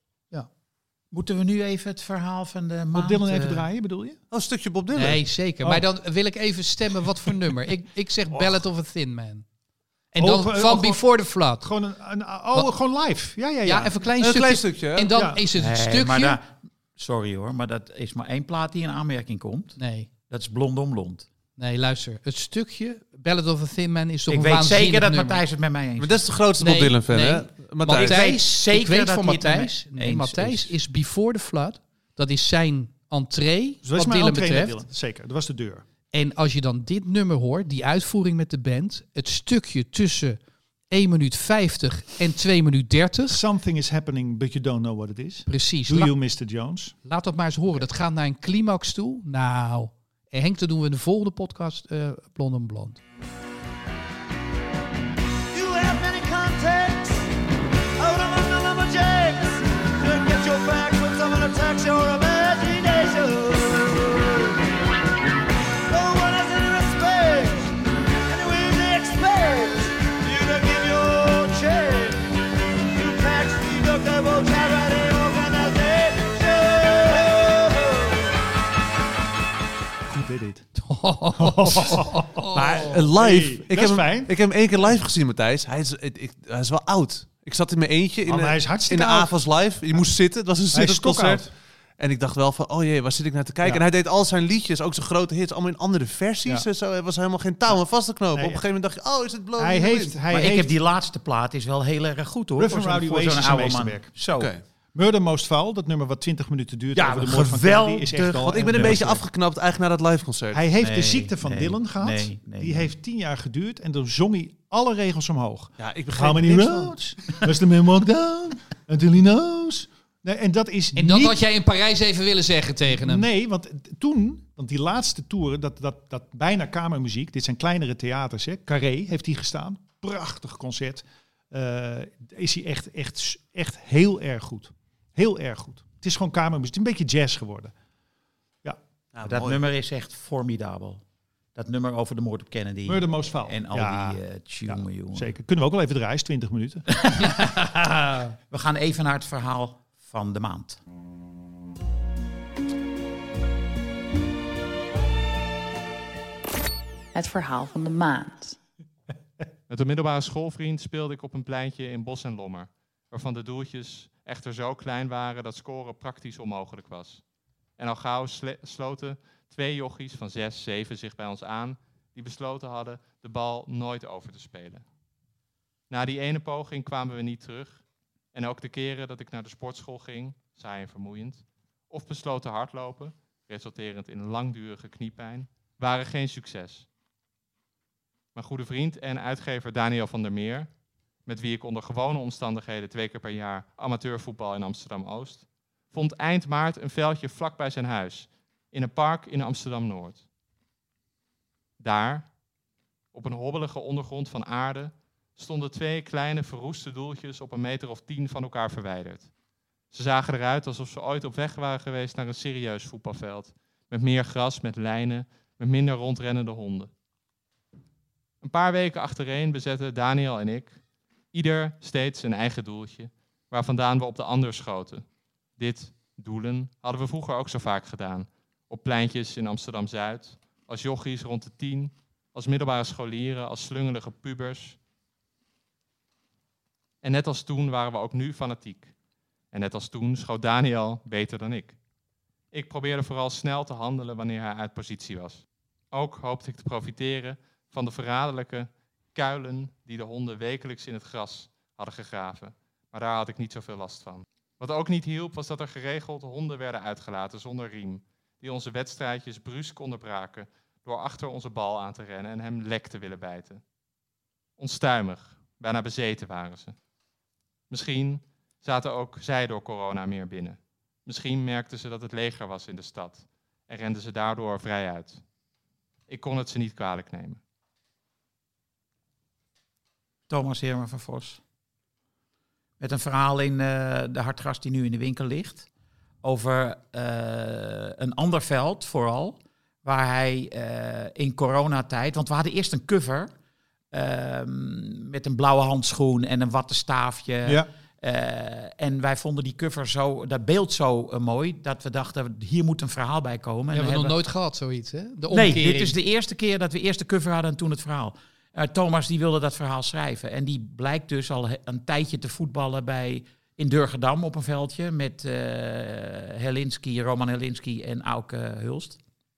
Moeten we nu even het verhaal van de Bob maand... Dylan even eh, draaien, bedoel je? Oh, een stukje Bob Dylan. Nee, zeker. Oh. Maar dan wil ik even stemmen wat voor nummer. Ik, ik zeg Ballad of a Thin Man. En Oh, dan oh, van oh, Before the Flood. Gewoon een... een oh, Wat? gewoon live. Ja, ja, ja. Ja, even een klein Een stukje. klein stukje, hè? En dan Ja. is het een Nee, stukje... maar daar- sorry hoor, maar dat is maar één plaat die in aanmerking komt. Nee, Dat is Blond om Blond. nee, luister. Het stukje Ballad of a Thin Man is toch Ik een weet waanzinnig zeker dat nummer. Matthijs het met mij eens Maar is. dat is de grootste Nee, Bob Dylan fan, nee. hè? Matthijs. Matthijs, Ik weet zeker ik weet dat van hij het met Matthijs. me Nee, eens Matthijs is. is Before the Flood. Dat is zijn entree, Dus dat wat is mijn Dylan entree naar betreft. Dylan. Zeker, dat was de deur. En als je dan dit nummer hoort, die uitvoering met de band, het stukje tussen één minuut vijftig en twee minuut dertig. Something is happening, but you don't know what it is. Precies. Do La- you, mister Jones? laat dat maar eens horen. Dat gaat naar een climax toe. Nou, en Henk, dat doen we in de volgende podcast, uh, Blond en Blond. You have many contacts out among the lumberjacks. Couldn't get your facts when someone attacks your imagination. No one has any respect, anyway they expect you to give your check. You packs deductible charity organization. Goed hè, dit. Maar uh, live... Hey, ik, dat heb is hem, fijn. ik heb hem één keer live gezien, Matthijs. Hij is, ik, ik- hij is wel oud. Ik zat in mijn eentje in Oh, de, maar hij is in hartstikke de oud. avonds live. Je moest zitten. Het was een Hij is zittend concert. stokoud. En ik dacht wel van, oh jee, waar zit ik naar te kijken? Ja. En hij deed al zijn liedjes, ook zijn grote hits, allemaal in andere versies. Ja. En zo. Er was helemaal geen touw aan vast te knopen. Nee, Op een gegeven moment dacht je, oh, is het Blowing Hij in the heeft, Wind? hij maar heeft ik heb die laatste plaat, is wel heel erg goed hoor. Rough voor and zo'n- Rowdy voor Ways zo'n is zijn oude man. meesterwerk. Zo. Oké. Murder Most Foul, dat nummer wat twintig minuten duurt Ja, over de moord van Kennedy, is echt geweldig. wel Want ik ben een een beetje meester. afgeknapt eigenlijk na dat liveconcert. Hij heeft Nee, de ziekte van nee, Dylan gehad. nee, nee, die nee. heeft tien jaar geduurd en toen zong hij alle regels omhoog. Ja, ik How begrijp er many niks van. roads? Must the man walk down until he knows? Nee, en dat is En dat niet... had jij in Parijs even willen zeggen tegen hem. Nee, want toen, want die laatste toeren, dat, dat, dat bijna kamermuziek, dit zijn kleinere theaters, hè. Carré heeft hij gestaan. Prachtig concert. Uh, is hij echt, echt, echt heel erg goed. Heel erg goed. Het is gewoon kamermuziek. Het is een beetje jazz geworden. Ja, dat mooi. nummer is echt formidabel. Dat nummer over de moord op Kennedy. Murder Most Foul. En al Ja, die uh, tjonge, ja, jongen. zeker. Kunnen we ook wel even draaien, is twintig minuten. We gaan even naar het verhaal van de maand. Het verhaal van de maand. Met een middelbare schoolvriend speelde ik op een pleintje in Bos en Lommer, waarvan de doeltjes echter zo klein waren dat scoren praktisch onmogelijk was. En al gauw sle- sloten twee jochies van zes, zeven zich bij ons aan, die besloten hadden de bal nooit over te spelen. Na die ene poging kwamen we niet terug, en ook de keren dat ik naar de sportschool ging, saai en vermoeiend, of besloot te hardlopen, resulterend in langdurige kniepijn, waren geen succes. Mijn goede vriend en uitgever Daniel van der Meer, met wie ik onder gewone omstandigheden twee keer per jaar amateurvoetbal in Amsterdam-Oost, vond eind maart een veldje vlak bij zijn huis, in een park in Amsterdam-Noord. Daar, op een hobbelige ondergrond van aarde, stonden twee kleine verroeste doeltjes op een meter of tien van elkaar verwijderd. Ze zagen eruit alsof ze ooit op weg waren geweest naar een serieus voetbalveld, met meer gras, met lijnen, met minder rondrennende honden. Een paar weken achtereen bezetten Daniel en ik, ieder steeds een eigen doeltje, waar vandaan we op de ander schoten. Dit, doelen, hadden we vroeger ook zo vaak gedaan. Op pleintjes in Amsterdam-Zuid, als jochies rond de tien, als middelbare scholieren, als slungelige pubers. En net als toen waren we ook nu fanatiek. En net als toen schoot Daniel beter dan ik. Ik probeerde vooral snel te handelen wanneer hij uit positie was. Ook hoopte ik te profiteren van de verraderlijke kuilen die de honden wekelijks in het gras hadden gegraven. Maar daar had ik niet zoveel last van. Wat ook niet hielp, was dat er geregeld honden werden uitgelaten zonder riem, die onze wedstrijdjes brusk onderbraken door achter onze bal aan te rennen en hem lek te willen bijten. Onstuimig, bijna bezeten waren ze. Misschien zaten ook zij door corona meer binnen. Misschien merkten ze dat het leger was in de stad en renden ze daardoor vrij uit. Ik kon het ze niet kwalijk nemen. Thomas Heerma van Vos. Met een verhaal in uh, de Hartgras die nu in de winkel ligt. Over uh, een ander veld vooral. Waar hij uh, in coronatijd... Want we hadden eerst een cover. Uh, met een blauwe handschoen en een wattenstaafje. Ja. Uh, en wij vonden die cover zo... Dat beeld zo uh, mooi. Dat we dachten, hier moet een verhaal bij komen. We En hebben we nog nooit gehad, zoiets, hè? De Nee, omkering. dit is de eerste keer dat we eerst de cover hadden en toen het verhaal. Uh, Thomas die wilde dat verhaal schrijven. En die blijkt dus al he- een tijdje te voetballen bij, in Durgedam op een veldje. Met uh, Helinski, Roman Helinski en Auke Hulst.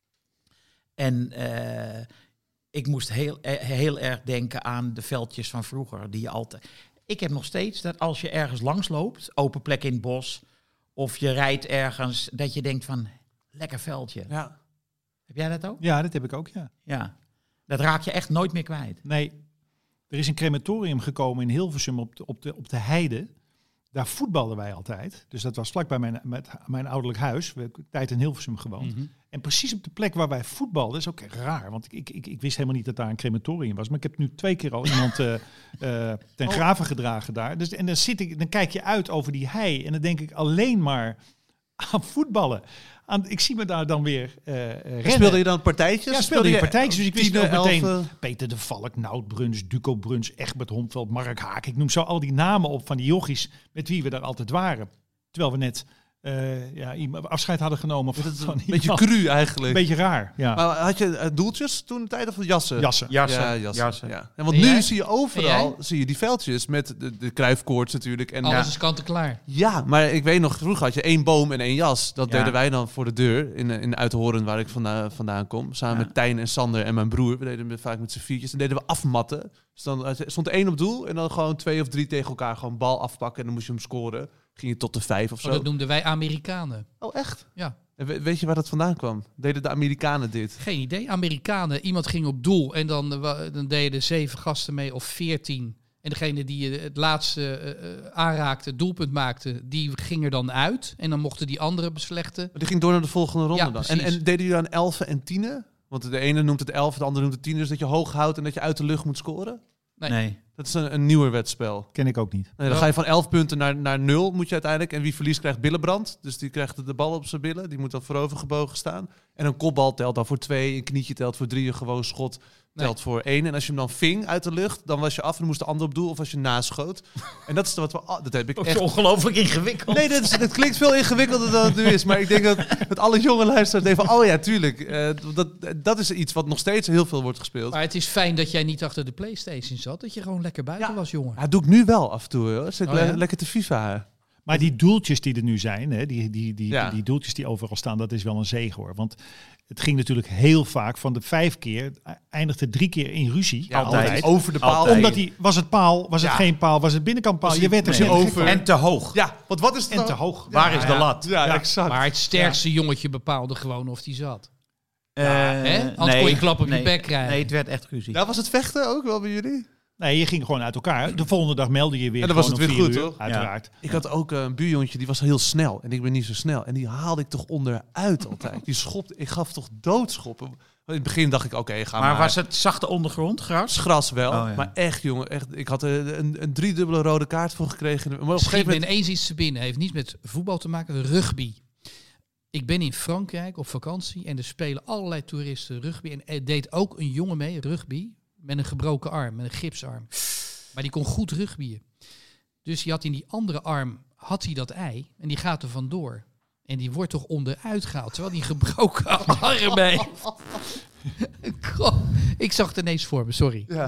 En uh, ik moest heel, uh, heel erg denken aan de veldjes van vroeger. Die je altijd... Ik heb nog steeds dat als je ergens langs loopt, open plek in het bos, of je rijdt ergens, dat je denkt van, lekker veldje. Ja. Heb jij dat ook? Ja, dat heb ik ook, ja. Ja. Dat raak je echt nooit meer kwijt. Nee, er is een crematorium gekomen in Hilversum op de, op de, op de heide. Daar voetbalden wij altijd. Dus dat was vlakbij mijn, met mijn ouderlijk huis. We hebben tijd in Hilversum gewoond. Mm-hmm. En precies op de plek waar wij voetbalden, is ook echt raar. Want ik, ik, ik wist helemaal niet dat daar een crematorium was. Maar ik heb nu twee keer al iemand uh, uh, ten grave gedragen daar. Dus, en dan, zit ik, dan kijk je uit over die hei. En dan denk ik alleen maar aan voetballen. Aan, ik zie me daar dan weer uh, rennen. Speelde je dan partijtjes? Ja, speelde je partijtjes. Dus ik wist tiende, ook meteen elfde? Peter de Valk, Nout Bruns, Duco Bruns, Egbert Homveld, Mark Haak. Ik noem zo al die namen op van die jochies met wie we daar altijd waren. Terwijl we net uh, ja, iemand afscheid hadden genomen van, van Een beetje iemand. cru eigenlijk. Een beetje raar, ja. Maar had je uh, doeltjes toen de tijd of jassen? Jassen. Jassen. Ja, jassen. Jassen. Ja. En want En nu jij? zie je En overal jij? zie je die veldjes met de, de kruifkoorts natuurlijk. En Alles ja. is kant en klaar. ja, maar ik weet nog, vroeger had je één boom en één jas. Dat Ja. deden wij dan voor de deur in, in Uithoren, waar ik vandaan, vandaan kom. Samen Ja. met Tijn en Sander en mijn broer. We deden het vaak met z'n viertjes. Dan deden we afmatten. Dus dan uh, stond er één op doel en dan gewoon twee of drie tegen elkaar gewoon bal afpakken. En dan moest je hem scoren. ging je tot de vijf of zo. Oh, dat noemden wij Amerikanen. Oh, echt? Ja. En we- weet je waar dat vandaan kwam? Deden de Amerikanen dit? Geen idee. Amerikanen. Iemand ging op doel en dan, eh, wa- dan deden er zeven gasten mee of veertien. En degene die eh, het laatste eh, eh, aanraakte, het doelpunt maakte, die ging er dan uit. En dan mochten die anderen beslechten. Die ging door naar de volgende ronde Ja, dan. En, precies. en deden jullie aan elfen en tienen? Want de ene noemt het elf, de andere noemt het tien. Dus dat je hoog houdt en dat je uit de lucht moet scoren? Nee. Nee. Dat is een, een nieuwer wedspel. Ken ik ook niet. Nee, dan ga je van elf punten naar, naar nul moet je uiteindelijk. En wie verliest krijgt billenbrand. Dus die krijgt de bal op zijn billen. Die moet dan voorover gebogen staan. En een kopbal telt dan voor twee. Een knietje telt voor drie. Een gewoon schot telt voor één. En als je hem dan ving uit de lucht, dan was je af en dan moest de ander op doel. Of als je naschoot. En dat is wat we... al- Dat heb ik Dat is echt... ongelooflijk ingewikkeld. Nee, dat, is, dat klinkt veel ingewikkelder dan het nu is. Maar ik denk dat, dat alle jonge luisteraars denken van... Oh ja, tuurlijk. Eh, dat, dat is iets wat nog steeds heel veel wordt gespeeld. Maar het is fijn dat jij niet achter de PlayStation zat. Dat je gewoon lekker buiten Ja. was, jongen. Ja, dat doe ik nu wel af en toe, hoor. Zit ik Oh ja? le- lekker te FIFA. Maar die doeltjes die er nu zijn, hè, die, die, die, Ja. die doeltjes die overal staan, dat is wel een zegen hoor. Want het ging natuurlijk heel vaak van de vijf keer, eindigde drie keer in ruzie. Ja, Altijd. Over de paal. Altijd. Omdat die, was het paal, was het Ja. geen paal, was het binnenkant paal. Was Je werd er was zo hij over. over? En te hoog. Ja, want wat is het En dan? te hoog. Waar is de ja. lat? Ja, Ja. exact. Maar het sterkste jongetje bepaalde gewoon of die zat. Eh, hè? Anders kon je klap op je nee, bek krijgen. Nee, het werd echt ruzie. Ja, was het vechten ook wel bij jullie? Nee, je ging gewoon uit elkaar. De volgende dag meldde je weer. En dan was gewoon het om weer vier goed, uur, toch? Uiteraard. Ik had ook eh, een buurjongetje, die was heel snel. En ik ben niet zo snel. En die haalde ik toch onderuit altijd. Die schopte, ik gaf toch doodschoppen. In het begin dacht ik, oké, ga maar. Maar was het zachte ondergrond, Het gras? gras wel. Oh, ja. Maar echt, jongen. Echt, ik had er een, een driedubbele rode kaart voor gekregen. Maar op een Schiet gegeven me moment... ineens iets te binnen. Heeft niets met voetbal te maken. Rugby. Ik ben in Frankrijk op vakantie en er spelen allerlei toeristen rugby. En er deed ook een jongen mee, rugby, met een gebroken arm, met een gipsarm. Maar die kon goed rugbyen. Dus die had in die andere arm, had hij dat ei en die gaat er vandoor. En die wordt toch onderuit gehaald, terwijl die gebroken arm heeft. God, ik zag het ineens voor me, sorry. Ja.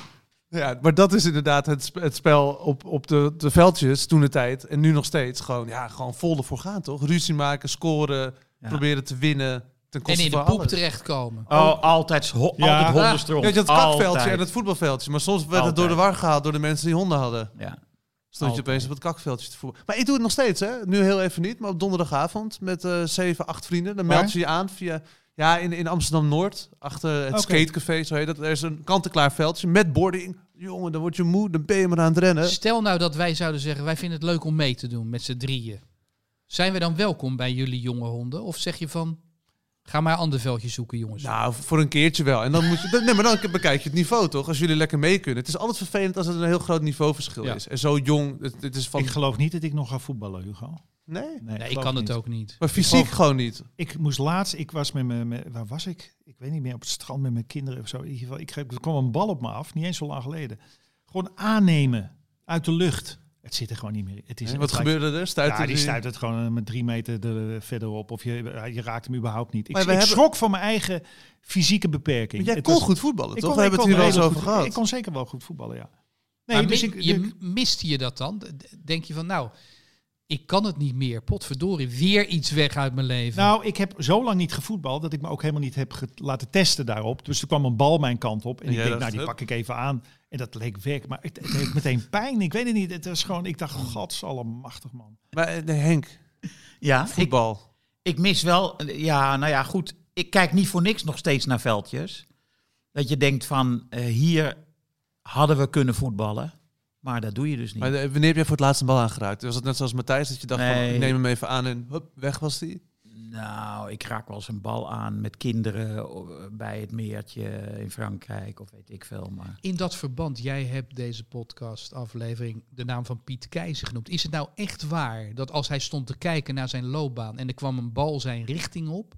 Ja, maar dat is inderdaad het, sp- het spel op, op de, de veldjes toen de tijd. En nu nog steeds. Gewoon, ja, gewoon vol ervoor gaan, toch? Ruzie maken, scoren, Ja. proberen te winnen. Ten En koste in de van poep alles. terechtkomen. Oh, altijd, ho- Ja. altijd Ja, hondenstront. weet je, het kakveldje Altijd. en het voetbalveldje. Maar soms werd het Altijd. door de war gehaald door de mensen die honden hadden. Ja. Stond je Altijd. opeens op het kakveldje te voetballen. Maar ik doe het nog steeds, hè? Nu heel even niet, maar op donderdagavond met eh zeven, acht vrienden. Dan Waar? meld je je aan via... Ja, in, in Amsterdam-Noord, achter het Oké. skatecafé, zo heet dat. Er is een kant-en-klaar veldje met boarding. Jongen, dan word je moe, dan ben je maar aan het rennen. Stel nou dat wij zouden zeggen, wij vinden het leuk om mee te doen met z'n drieën. Zijn we dan welkom bij jullie jonge honden? Of zeg je van, ga maar een ander veldje zoeken, jongens. Nou, voor een keertje wel. En dan moet je... Nee, maar dan bekijk je het niveau, toch? Als jullie lekker mee kunnen. Het is altijd vervelend als er een heel groot niveauverschil Ja. is. En zo jong, het, het is van... Ik geloof niet dat ik nog ga voetballen, Hugo. Nee? nee, ik geloof kan het niet. ook niet. Maar fysiek gewoon niet. Ik moest laatst, ik was met mijn, met- waar was ik? Ik weet niet meer, op het strand met mijn kinderen of zo. In ieder geval, ik, kreeg- er kwam een bal op me af, niet eens zo lang geleden. Gewoon aannemen, uit de lucht. Het zit er gewoon niet meer in. Het is, Hè, het wat lijkt- gebeurde er? Stuitte Ja, die die- stuit het gewoon eh, met drie meter er verderop. Of je, je raakt hem überhaupt niet. Ik, Maar ik we hebben- schrok van mijn eigen fysieke beperking. Maar jij Het kon was- goed voetballen, ik toch? kon- We hebben ik het hier kon wel eens heel over goed- gehad. Ik kon zeker wel goed voetballen, ja. Nee, maar dus mi- ik, je, ik- miste je dat dan? Denk je van, nou, ik kan het niet meer. Potverdorie, weer iets weg uit mijn leven. Nou, ik heb zo lang niet gevoetbald dat ik me ook helemaal niet heb ge- laten testen daarop. Dus er kwam een bal mijn kant op en En ik jij denk, dacht, nou, die hup. pak ik even aan. En dat leek weg, maar het, het heeft meteen pijn. Ik weet het niet. Het was gewoon, ik dacht, godsallemachtig man. Maar eh, nee, Henk, Ja, ik, voetbal. ik mis wel... Ja, nou ja, goed. Ik kijk niet voor niks nog steeds naar veldjes. Dat je denkt van, eh, hier hadden we kunnen voetballen. Maar dat doe je dus niet. Maar eh, wanneer heb jij voor het laatst een bal aangeraakt? Was het net zoals Matthijs dat je dacht van, Nee. ik neem hem even aan en hup, weg was die? Nou, ik raak wel eens een bal aan met kinderen eh, bij het meertje in Frankrijk of weet ik veel. Maar In dat verband, jij hebt deze podcastaflevering de naam van Piet Keizer genoemd. Is het nou echt waar dat als hij stond te kijken naar zijn loopbaan en er kwam een bal zijn richting op,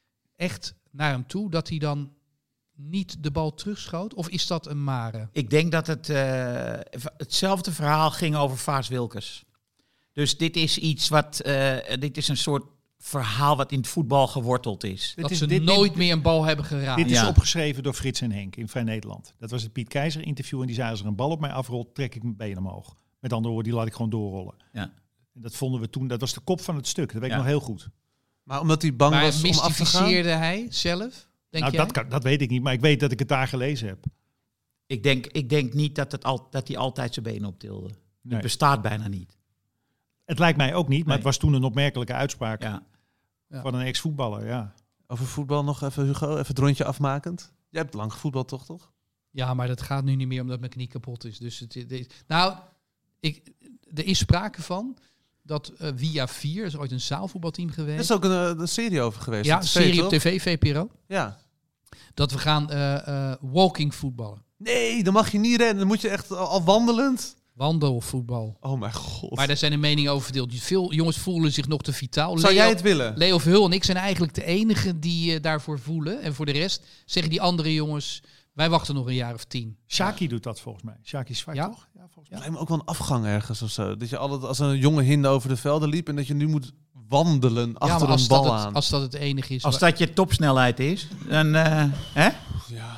echt naar hem toe, dat hij dan niet de bal terugschoot? Of is dat een mare? ik denk dat het eh, v- hetzelfde verhaal ging over Vaas Wilkes. Dus dit is iets wat, eh, dit is een soort verhaal wat in het voetbal geworteld is. Dit dat is- ze dit- nooit dit- meer een bal hebben geraakt. Dit is Ja. opgeschreven door Frits en Henk in Vrij Nederland. Dat was het Piet Keizer interview en die zei, als er een bal op mij afrolt, trek ik mijn been omhoog. Met andere woorden, die laat ik gewoon doorrollen. Ja. En dat vonden we toen, dat was de kop van het stuk. Dat weet ik Ja. nog heel goed. Maar omdat hij bang maar was om af te gaan? mystificeerde hij zelf? Denk Nou, jij? dat, kan, dat weet ik niet, maar ik weet dat ik het daar gelezen heb. Ik denk, ik denk niet dat, het al, dat hij altijd zijn benen optilde. Nee. Het bestaat bijna niet. Het lijkt mij ook niet, maar Nee. het was toen een opmerkelijke uitspraak Ja. Ja. van een ex-voetballer. Ja. Over voetbal nog even, Hugo. Even het rondje afmakend. Jij hebt lang gevoetbald, toch? toch? Ja, maar dat gaat nu niet meer omdat mijn knie kapot is. Dus het, het is- nou, ik, er is sprake van dat uh, Via vier, is ooit een zaalvoetbalteam Er geweest. is ook een, eh, een serie over geweest. Ja, op een tv, serie op toch? tv, V P R O. Ja. Dat we gaan uh, uh, walking voetballen. Nee, dan mag je niet rennen. Dan moet je echt al, al wandelend. Wandelvoetbal. Oh mijn god. Maar daar zijn de meningen over verdeeld. Veel jongens voelen zich nog te vitaal. Zou Leo, jij het willen? Leo Verhul en ik zijn eigenlijk de enigen die uh, daarvoor voelen. En voor de rest zeggen die andere jongens, wij wachten nog een jaar of tien. Shaki doet dat volgens mij. Shaki Zwart, Ja? toch? Ja, volgens Het mij. lijkt me ook wel een afgang ergens of zo. Dat je altijd als een jonge hinde over de velden liep en dat je nu moet wandelen Ja, achter maar als een dat, bal het, aan. als dat het enige is. Als waar- dat je topsnelheid is, dan... eh, hè? Ja.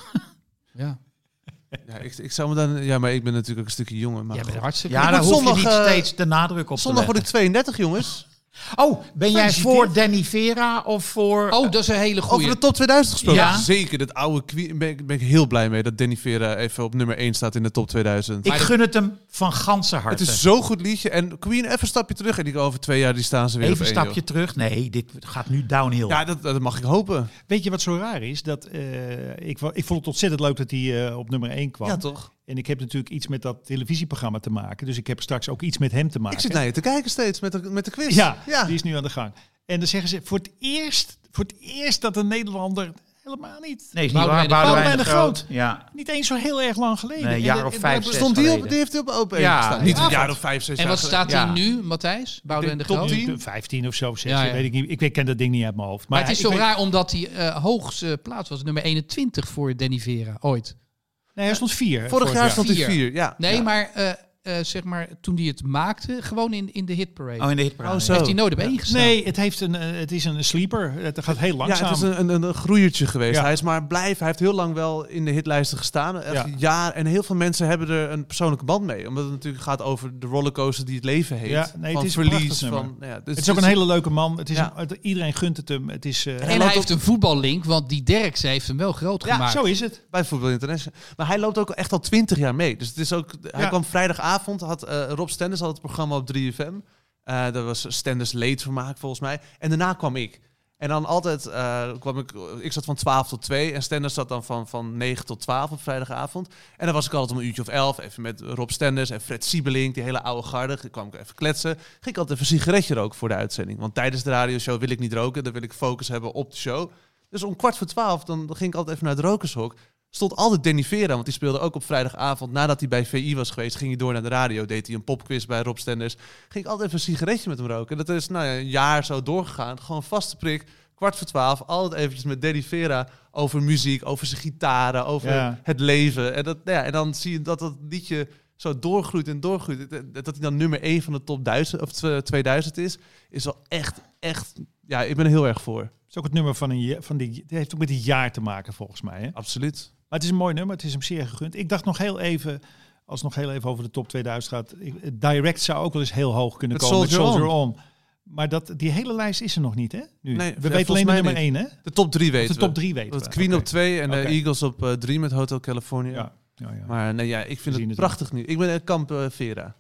ja. Ja, ik, ik zou me dan. Ja, maar ik ben natuurlijk ook een stukje jonger. Maar Jij bent god. hartstikke... Ja, Ik daar moet hoef je zondag, niet eh, steeds de nadruk op Zondag te word ik leggen. tweeëndertig, jongens. Oh, ben jij Gefeliciteerd. voor Danny Vera of voor... Oh, dat is een hele goeie. Over de top tweeduizend gesproken. Ja. Zeker, dat oude Queen. Ben ik, ben ik heel blij mee dat Danny Vera even op nummer één staat in de top tweeduizend. ik gun het hem van ganse Het harte. is zo'n goed liedje. En Queen, even een stapje terug. En die over twee jaar die staan ze weer Even op een één, stapje terug. Nee, dit gaat nu downhill. joh. Ja, dat, dat mag ik hopen. Weet je wat zo raar is? Dat, eh, ik, wa- ik vond het ontzettend leuk dat hij eh, op nummer één kwam. Ja, toch? En ik heb natuurlijk iets met dat televisieprogramma te maken. Dus ik heb straks ook iets met hem te maken. Ik zit naar je te kijken steeds met de, met de quiz. Ja, ja. die is nu aan de gang. En dan zeggen ze voor het eerst, voor het eerst dat een Nederlander helemaal niet... Nee, is niet Boudewijn waar. de Boudewijn de Groot. Groot. Ja. Niet eens zo heel erg lang geleden. Nee, een En jaar het- of en vijf, daar zes. Stond die, op, geleden. die heeft hij op open één Ja, gestaan. Niet ja. een jaar of vijf, zes En jaar wat staat Ja. hij nu, Matthijs? Boudewijn de top Groot? tien, vijftien of zo, zes, Ja, ja. weet ik niet. Ik weet- ken dat ding niet uit mijn hoofd. Maar het is ik zo weet- raar omdat hij uh, hoogste plaats was. Nummer eenentwintig voor Danny Vera, ooit. Nee, hij stond vier. Vorig jaar stond hij Vier. vier. Ja. Nee, Ja. maar uh, uh, zeg maar toen hij het maakte, gewoon in, in de hitparade. Oh, in de hitparade. Oh, zo. Heeft hij nooit op één gestaan. Nee, het, heeft een, eh, het is een sleeper. Het gaat heel Ja, langzaam. het is een, een, een groeiertje geweest. Ja. Hij is maar blijf. Hij heeft heel lang wel in de hitlijsten gestaan. Echt Ja. een jaar. En heel veel mensen hebben er een persoonlijke band mee. Omdat het natuurlijk gaat over de rollercoaster die het leven heeft. Ja, nee, van het is een verlies. prachtig nummer. Van, nou ja, dus het is ook een hele leuke man. Het is Ja. een- het- iedereen gunt het hem. Het is, eh, En hij hij loopt heeft een voetballink, want die Derksen heeft hem wel groot Ja, gemaakt. zo is het. bij Voetbal International. Maar hij loopt ook echt al twintig jaar mee. Dus het is ook. Hij Ja. kwam vrijdagavond. Had uh, Rob Stenders had het programma op drie F M. Uh, dat was Stenders leedvermaak volgens mij. En daarna kwam ik. En dan altijd uh, kwam ik. Ik zat van twaalf tot twee. En Stenders zat dan van, van negen tot twaalf op vrijdagavond. En dan was ik altijd om een uurtje of elf. Even met Rob Stenders en Fred Siebelink. Die hele oude garde. Dan kwam ik even kletsen. Ging ik altijd even een sigaretje roken voor de uitzending. Want tijdens de radioshow wil ik niet roken. Dan wil ik focus hebben op de show. Dus om kwart voor twaalf dan, dan ging ik altijd even naar het rokershok. Stond altijd Danny Vera, want die speelde ook op vrijdagavond. Nadat hij bij V I was geweest, ging hij door naar de radio. Deed hij een popquiz bij Rob Stenders. Ging ik altijd even een sigaretje met hem roken. En dat is nou ja, een jaar zo doorgegaan. Gewoon vaste prik. Kwart voor twaalf. Altijd eventjes met Danny Vera over muziek, over zijn gitaren, over Ja. het leven. En, dat, nou ja, en dan zie je dat dat liedje zo doorgroeit en doorgroeit. Dat hij dan nummer één van de top duizend of tweeduizend is, is wel echt, echt... Ja, ik ben er heel erg voor. Het is ook het nummer van een ja- van die. Het heeft ook met een jaar te maken volgens mij. Hè? Maar Absoluut. het is een mooi nummer. Het is hem zeer gegund. Ik dacht nog heel even, als het nog heel even over de top tweeduizend gaat. ik- Direct zou ook wel eens heel hoog kunnen Met komen. Soldier met Soldier On. Maar dat, die hele lijst is er nog niet, hè? Nu. Nee, we ja, weten alleen de volgens mij nummer één, hè? De top drie Of weten de top we. drie weten Dat we. Queen Oké. op twee en de Oké. Eagles op uh, drie met Hotel California. Ja. Ja, ja. Maar nee, ja, ik We vind zien het het prachtig nu. Ik ben een kamp uh, Vera.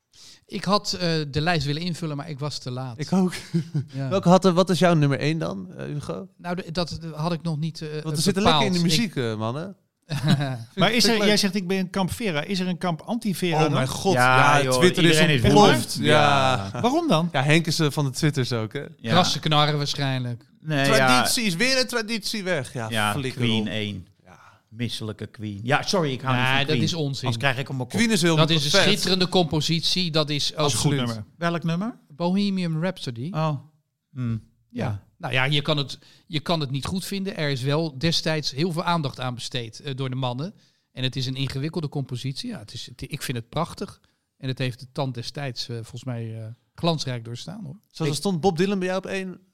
Ik had uh, de lijst willen invullen, maar ik was te laat. Ik ook. Ja. Welke had er, wat is jouw nummer één dan, uh, Hugo? Nou, de- dat had ik nog niet uh, Want we zitten lekker in de bepaald. muziek, uh, mannen. Maar is er, leuk. jij zegt ik ben een kamp Vera. Is er een kamp anti-Vera Oh dan? mijn god. Ja, Ja, joh, Twitter is iedereen is ontploft. woedend. Ja. Ja. Waarom dan? Ja, Henk is uh, van de Twitters ook, hè? Ja. Krassen knarren waarschijnlijk. Nee, ja. Tradities, weer een traditie weg. Ja, Ja, flikker Queen op. één. Misselijke Queen. Ja, sorry, ik hou niet Nee, van dat Queen. is onzin. Anders krijg ik hem op kop. Queen is heel Dat is een vet. schitterende compositie. Dat is ook Dat is een goed Absoluut. nummer. Welk nummer? Bohemian Rhapsody. Oh. Hm. Ja. Nou ja, je kan, het, je kan het niet goed vinden. Er is wel destijds heel veel aandacht aan besteed uh, door de mannen. En het is een ingewikkelde compositie. Ja, het is, het, ik vind het prachtig. En het heeft de tand destijds uh, volgens mij uh, glansrijk doorstaan, hoor. Zoals er stond Bob Dylan bij jou op één? Nee,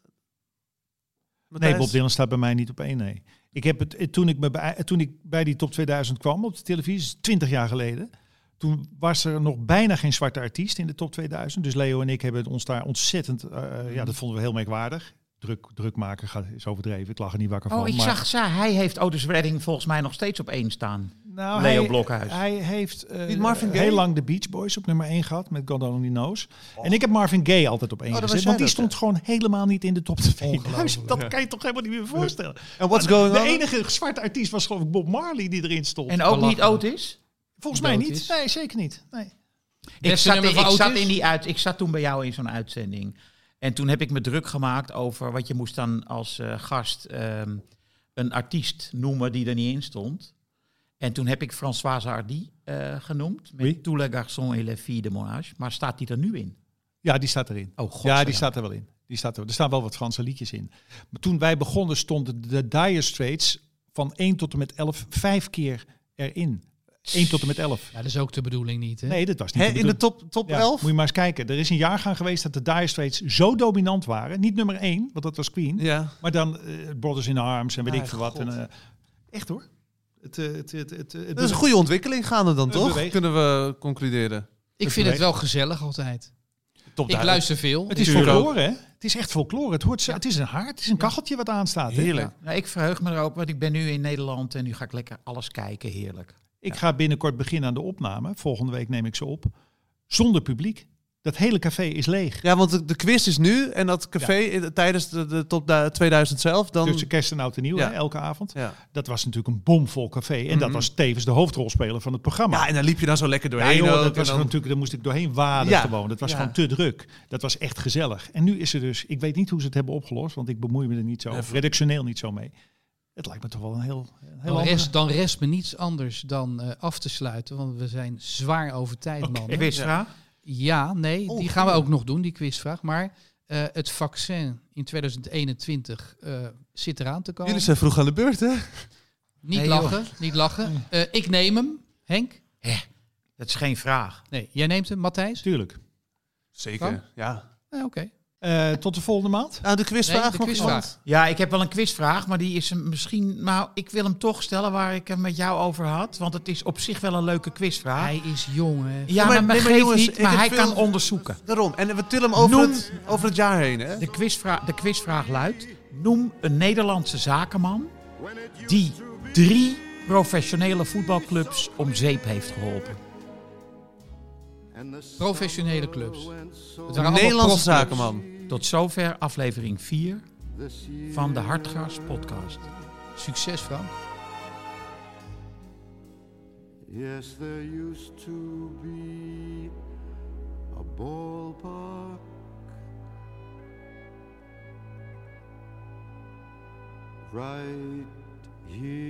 Matthijs? Bob Dylan staat bij mij niet op één, nee. Ik heb het, eh, toen, ik me bij, toen ik bij die top tweeduizend kwam op de televisie, twintig jaar geleden, toen was er nog bijna geen zwarte artiest in de top tweeduizend. Dus Leo en ik hebben ons daar ontzettend, uh, ja, dat vonden we heel merkwaardig. Druk, druk maken gaat, is overdreven, ik lag er niet wakker van. Oh, ik maar, zag, za- hij heeft Otis Redding volgens mij nog steeds op één staan. Nou Nou, Leo hij, Blokhuis. Hij heeft eh, Niet Marvin Gaye? heel lang de Beach Boys op nummer één gehad met God Only Knows. En ik heb Marvin Gaye altijd op één Oh, dat gezet, was want die jij dat, stond gewoon helemaal niet in de top tweeduizend. Ongelooflijk. Dat kan je toch helemaal niet meer voorstellen. En what's Maar going de on? enige zwarte artiest was geloof ik Bob Marley die erin stond. En ook niet Belachelijk. Otis? Volgens mij dood niet. is. Nee, zeker niet. Nee. Ik Beste zat, in, nummer van ik, zat Otis? in die uit, ik zat toen bij jou in zo'n uitzending. En toen heb ik me druk gemaakt over... wat je moest dan als eh, gast ehm, een artiest noemen die er niet in stond. En toen heb ik Françoise Hardy eh, genoemd. Met Wie? Tous les garçons et les filles de mon âge. Maar staat die er nu in? Ja, die staat erin. Oh, god. Ja, die staat er wel in. Die staat er, er staan wel wat Franse liedjes in. Maar toen wij begonnen stonden de Dire Straits van één tot en met elf vijf keer erin. één tot en met elf. Ja, dat is ook de bedoeling niet, hè? Nee, dat was niet Hè, de in de bedoeling. top, top Ja, elf? moet je maar eens kijken. Er is een jaargang geweest dat de Dire Straits zo dominant waren. Niet nummer één, want dat was Queen. Ja. Maar dan eh, Brothers in Arms en weet Ah, ik veel wat. God. En, eh, echt hoor. Het, eh, het, het, het, het, Dat is een goede ontwikkeling gaande dan, Een toch? beweging. Kunnen we concluderen. Ik vind het wel gezellig altijd. Top Ik luister veel. Het is Ik- folklore, hè? Het is echt folklore. Het, hoort, zo- het is een haard, het is een kacheltje wat aanstaat. hè? Heerlijk. Nou, ik verheug me erop, want ik ben nu in Nederland... en nu ga ik lekker alles kijken. Heerlijk. Ik ga binnenkort beginnen aan de opname. Volgende week neem ik ze op. Zonder publiek. Dat hele café is leeg. Ja, want de, de quiz is nu en dat café eh, tijdens de, de top da- tweeduizend zelf, dan... Tussen kerst en oud en nieuw, Ja. hè, elke avond. Ja. Dat was natuurlijk een bomvol café. En dat Mhm. was tevens de hoofdrolspeler van het programma. ja, en dan liep je dan zo lekker Ja, doorheen. joh, ook, dat en was dan- natuurlijk, daar moest ik doorheen waden Ja. gewoon. Dat was Ja. gewoon te druk. Dat was echt gezellig. En nu is er dus, ik weet niet hoe ze het hebben opgelost, want ik bemoei me er niet zo, Ja, of redactioneel niet zo mee. Het lijkt me toch wel een heel, een heel Dan andere- rest, dan rest me niets anders dan eh, af te sluiten, want we zijn zwaar over tijd, Oké. mannen. Quizvraag? Ja, nee, Oh, die gaan we goeie. ook nog doen, die quizvraag. Maar eh, het vaccin in tweeduizend eenentwintig eh, zit eraan te komen. Jullie zijn vroeg aan de beurt, hè? Niet Nee, joh. lachen, niet lachen. Eh, ik neem hem, Henk. Dat is geen vraag. Nee, jij neemt hem, Matthijs. Tuurlijk. Zeker, Kan? ja. Eh, Oké. Eh, tot de volgende maand. Nou, de quizvraag Nee, de nog quizvraag. iemand? Ja, ik heb wel een quizvraag, maar die is hem misschien... Nou, ik wil hem toch stellen waar ik het met jou over had. Want het is op zich wel een leuke quizvraag. Hij is jong, hè. ja, maar- maar, maar nee, maar geeft jongens, niet, ik maar heb hij veel- kan onderzoeken. Daarom. En we tillen hem over, Noem- het, over het jaar heen, hè? De quizvraag, de quizvraag luidt... Noem een Nederlandse zakenman die drie professionele voetbalclubs om zeep heeft geholpen. Professionele clubs. Het waren Een allemaal Nederlandse profclubs. zakenman. Tot zover aflevering vier van de Hartgras podcast. Succes, Frank. Yes, there used to be a ballpark right here